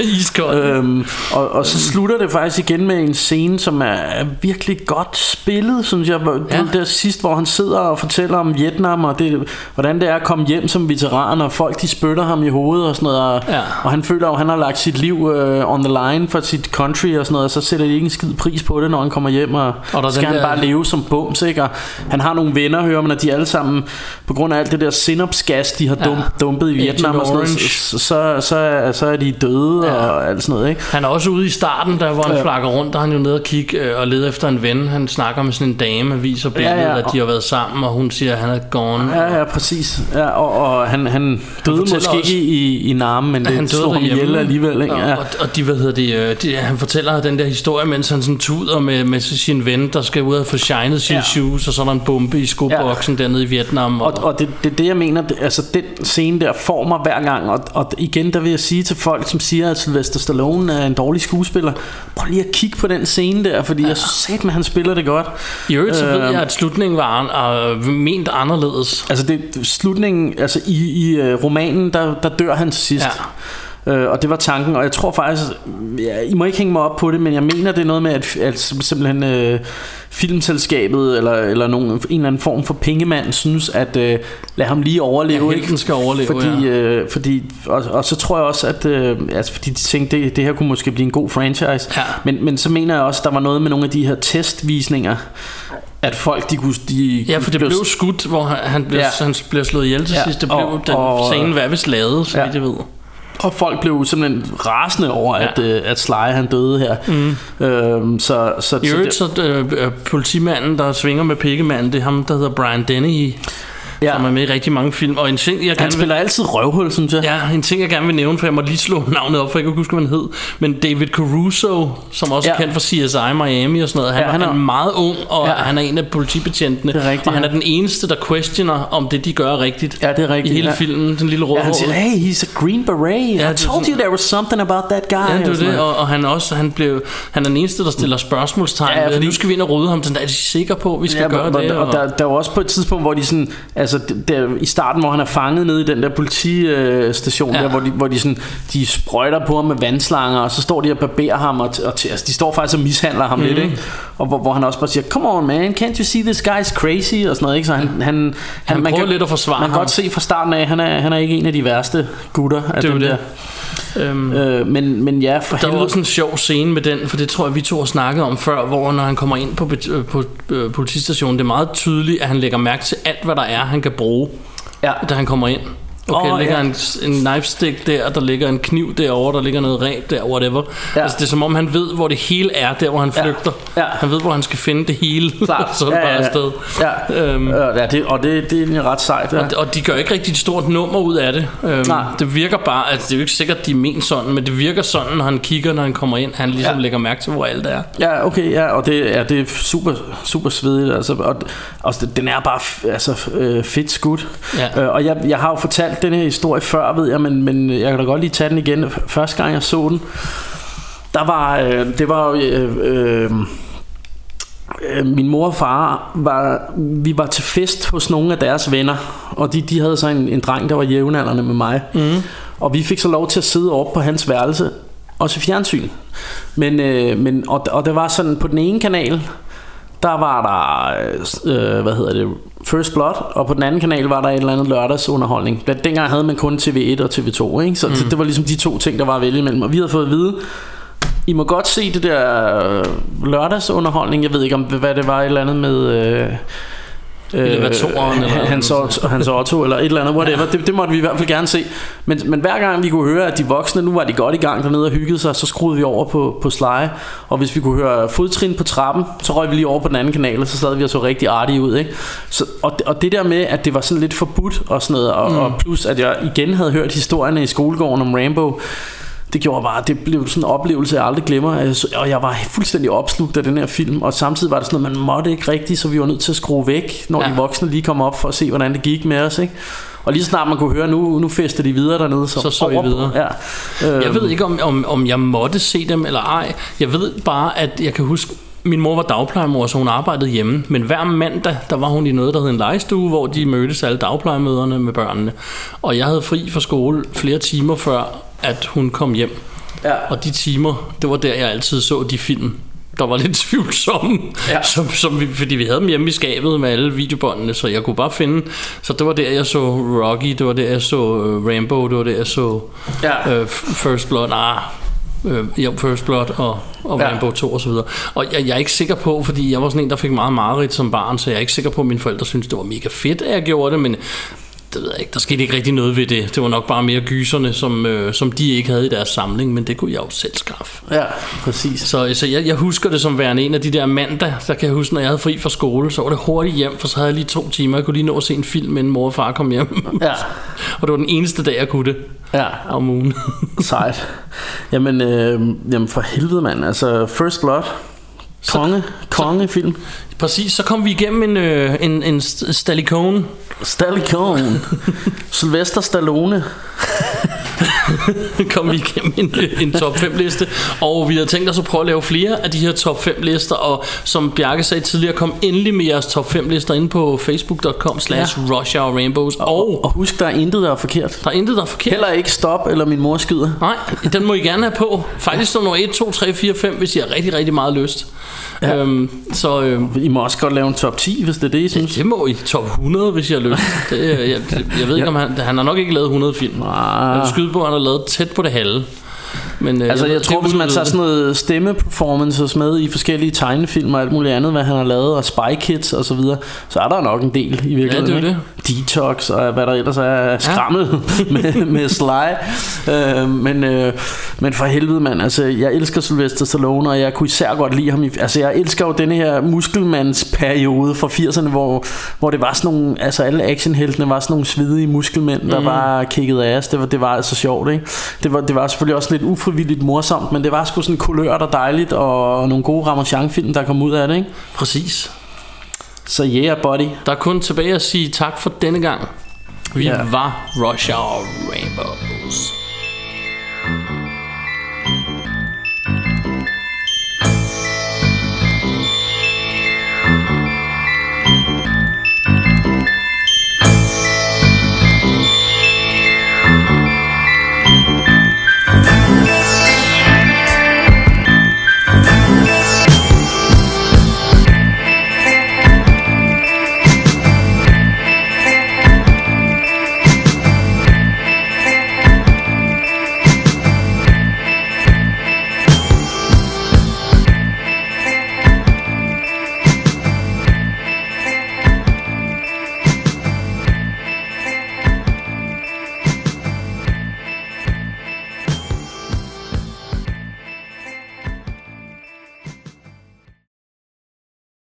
Og så slutter det faktisk igen med en scene, som er virkelig godt spillet, synes jeg. Der sidst, hvor han sidder og fortæller om Vietnam, og hvordan det er at komme hjem som veteran, og folk de spytter ham i hovedet og sådan noget. Og han føler, at han har lagt sit liv on the line for sit country og sådan noget, og så sætter de ikke en skid pris på det, når han kommer hjem, og skal han bare leve som bums, ikke? Og han har nogle venner, hører man, at de alle sammen, på grund af alt det der synapsgas, de har dumpet i Vietnam og sådan noget, så er de døde og alt sådan noget, ikke? Han er også ude i starten, der hvor han flakker rundt, der er han jo nede og kigge og leder efter en ven. Han snakker med sådan en dame og viser billedet, at de har været sammen, og hun siger, at han er gone. Ja, præcis. Og han døde måske også, ikke i Nam, men det slog ham ihjel alligevel, ikke? Og de, han fortæller den der historie, mens han sådan tuder med sin ven, der skal ud og få shined sine shoes, og så er der en bombe i skoboksen dernede i Vietnam. Og det jeg mener, altså den scene der får mig hver gang, og igen der vil jeg sige til folk, som siger, at Sylvester Stallone er en dårlig skuespiller, prøv lige at kigge på den scene der, fordi jeg synes satme, at han spiller det godt. I øvrigt så ved jeg, at slutningen var ment anderledes. Altså slutningen, altså i romanen, der dør han til sidst. Og det var tanken, og jeg tror faktisk, I må ikke hænge mig op på det, men jeg mener, det er noget med, at simpelthen filmselskabet eller en eller anden form for pengemand synes, at lad ham lige overleve. Helten skal overleve, fordi og så tror jeg også, at fordi de tænkte, det her kunne måske blive en god franchise. Ja. Men så mener jeg også, der var noget med nogle af de her testvisninger, at folk de kunne for det blev skudt, hvor han blev slået ihjel til sidst. Det blev den scene hvad hvis lavet, så vidt jeg ved. Og folk blev simpelthen rasende over at Sly han døde her. I øvrigt så politimanden der svinger med pikkemanden, det er ham der hedder Brian Dennehy, som er med i rigtig mange film. Og en ting, han spiller altid røvhul, synes jeg. Ja, en ting jeg gerne vil nævne, for jeg måtte lige slå navnet op, for jeg kan ikke huske hvad han hed. Men David Caruso, som også er kendt for CSI Miami og sådan noget, han er meget ung, og han er en af politibetjentene. Det er rigtigt, og han er den eneste der questioner om det de gør rigtigt. Ja, det er rigtigt. I hele filmen, den lille rødhårede. Han siger, hey, he's a green beret. I told you there was something about that guy. Ja, det og han er den eneste der stiller spørgsmålstegn. Fordi nu skal vi ind og rydde ham. Er de sikre på at vi skal gøre det? Og der var også på et tidspunkt hvor de sådan, altså der, i starten hvor han er fanget nede i den der politistation der, hvor de sådan, de sprøjter på ham med vandslanger, og så står de og barberer ham og altså, de står faktisk og mishandler ham lidt, ikke? Og hvor han også bare siger, come on man, can't you see this guy's crazy og sådan noget, ikke? Så han prøver lidt at forsvare ham. Man kan godt se fra starten af, han er ikke en af de værste gutter af den der. Men ja, for der var også en sjov scene med den, for det tror jeg vi to har snakket om før, hvor når han kommer ind på politistationen, det er meget tydeligt at han lægger mærke til alt hvad der er han kan bruge, da han kommer ind. Okay, der ligger en knife stick der ligger en kniv derovre, der ligger noget ræb der, whatever. Altså det er som om han ved hvor det hele er, der hvor han flygter. Han ved hvor han skal finde det hele. Så er det bare afsted. Det er ret sejt. Og de gør ikke rigtig et stort nummer ud af det. Det virker bare, altså det er jo ikke sikkert de er ment sådan, men det virker sådan når han kigger, når han kommer ind, han ligesom lægger mærke til hvor alt er. Ja, okay, og det er super super svedigt, altså, og den er bare fedt skudt. Og jeg har jo fortalt den her historie før, ved jeg, men jeg kan da godt lige tage den igen. Første gang jeg så den, min mor og far vi var til fest hos nogle af deres venner, og de havde så en dreng der var jævnaldrende med mig, og vi fik så lov til at sidde oppe på hans værelse og se fjernsyn, men det var sådan på den ene kanal der var der First Blood, og på den anden kanal var der et eller andet lørdagsunderholdning. Dengang havde man kun TV1 og TV2, ikke? Så det var ligesom de to ting der var at vælge imellem. Og vi havde fået at vide, I må godt se det der lørdagsunderholdning. Jeg ved ikke om hvad det var, et eller andet med Hans Otto eller et eller andet, whatever. Det måtte vi i hvert fald gerne se. Men hver gang vi kunne høre at de voksne, nu var de godt i gang dernede og hyggede sig, så skruede vi over på Sly. Og hvis vi kunne høre fodtrin på trappen, så røg vi lige over på den anden kanal, og så sad vi og så rigtig artige ud, ikke? Så, og det der med at det var sådan lidt forbudt og sådan noget, og plus at jeg igen havde hørt historierne i skolegården om Rambo, det gjorde bare, det blev sådan en oplevelse jeg aldrig glemmer, og jeg var fuldstændig opslugt af den her film, og samtidig var det sådan noget man måtte ikke rigtigt, så vi var nødt til at skrue væk når de voksne lige kom op for at se hvordan det gik med os, ikke? Og lige snart man kunne høre nu fester de videre dernede, så vi videre. Jeg ved ikke om jeg måtte se dem eller ej. Jeg ved bare at jeg kan huske min mor var dagplejemor, så hun arbejdede hjemme. Men hver mandag, der var hun i noget, der hed en legestue, hvor de mødtes alle dagplejemøderne med børnene. Og jeg havde fri fra skole flere timer før, at hun kom hjem. Og de timer, det var der, jeg altid så de film, der var lidt tvivlsomme. Fordi vi havde dem hjemme i skabet med alle videobåndene, så jeg kunne bare finde. Så det var der, jeg så Rocky, det var der, jeg så Rambo, det var der, jeg så First Blood. First Blood og Rambo 2 og så videre. Og jeg er ikke sikker på, fordi jeg var sådan en der fik meget mareridt som barn, så jeg er ikke sikker på at mine forældre synes det var mega fedt at jeg gjorde det, men det ved jeg ikke, der skete ikke rigtig noget ved det. Det var nok bare mere gyserne som de ikke havde i deres samling, men det kunne jeg jo selv skaffe. Ja, præcis. Så jeg husker det som værende en af de der mandag, der kan jeg huske, når jeg havde fri fra skole, så var det hurtigt hjem, for så havde jeg lige 2 timer. Jeg kunne lige nå at se en film, inden mor og far kom hjem. Og det var den eneste dag jeg kunne det. Om ugen. Sejt. Jamen for helvede mand, altså First Blood, kongefilm. Præcis, så kom vi igennem en Stallone. Sylvester Stallone. Kom vi igennem en top 5 liste. Og vi havde tænkt os at prøve at lave flere af de her top 5 lister. Og som Bjarke sagde tidligere, kom endelig med jeres top 5 lister inde på facebook.com/RushHourRainbows. Og husk, der er intet der er forkert. Der er intet der er forkert. Heller ikke stop eller min mor skyder. Nej, den må I gerne have på. Faktisk står nummer 1, 2, 3, 4, 5, hvis I har rigtig, rigtig meget lyst. Ja. I må også godt lave en top 10, hvis det er det, I synes. Det må I. Top 100, hvis I har lyst. Jeg ved ikke, om han har nok ikke lavet 100 film. Jeg skyder på, at han har lavet tæt på det halve. Men, jeg tror, hvis man tager sådan noget stemmeperformances med i forskellige tegnefilm og alt muligt andet, hvad han har lavet, og Spy Kids og så videre, så er der nok en del i virkeligheden. Ja, det er det. Detox og hvad der ellers er skrammet med Sly. Men for helvede, mand, altså jeg elsker Sylvester Stallone, og jeg kunne især godt lide ham. Altså jeg elsker jo denne her muskelmandsperiode fra 80'erne, hvor det var sådan nogle, altså alle actionheltene var sådan nogle svedige muskelmænd, der bare kiggede ass. Det var altså sjovt, ikke? Det var selvfølgelig også lidt ufrivilligt morsomt, men det var sgu sådan kulørt og dejligt, og nogle gode Ramachan-film, der kom ud af det, ikke? Præcis. Så yeah, buddy. Der er kun tilbage at sige tak for denne gang. Vi var Rush Hour Rainbows.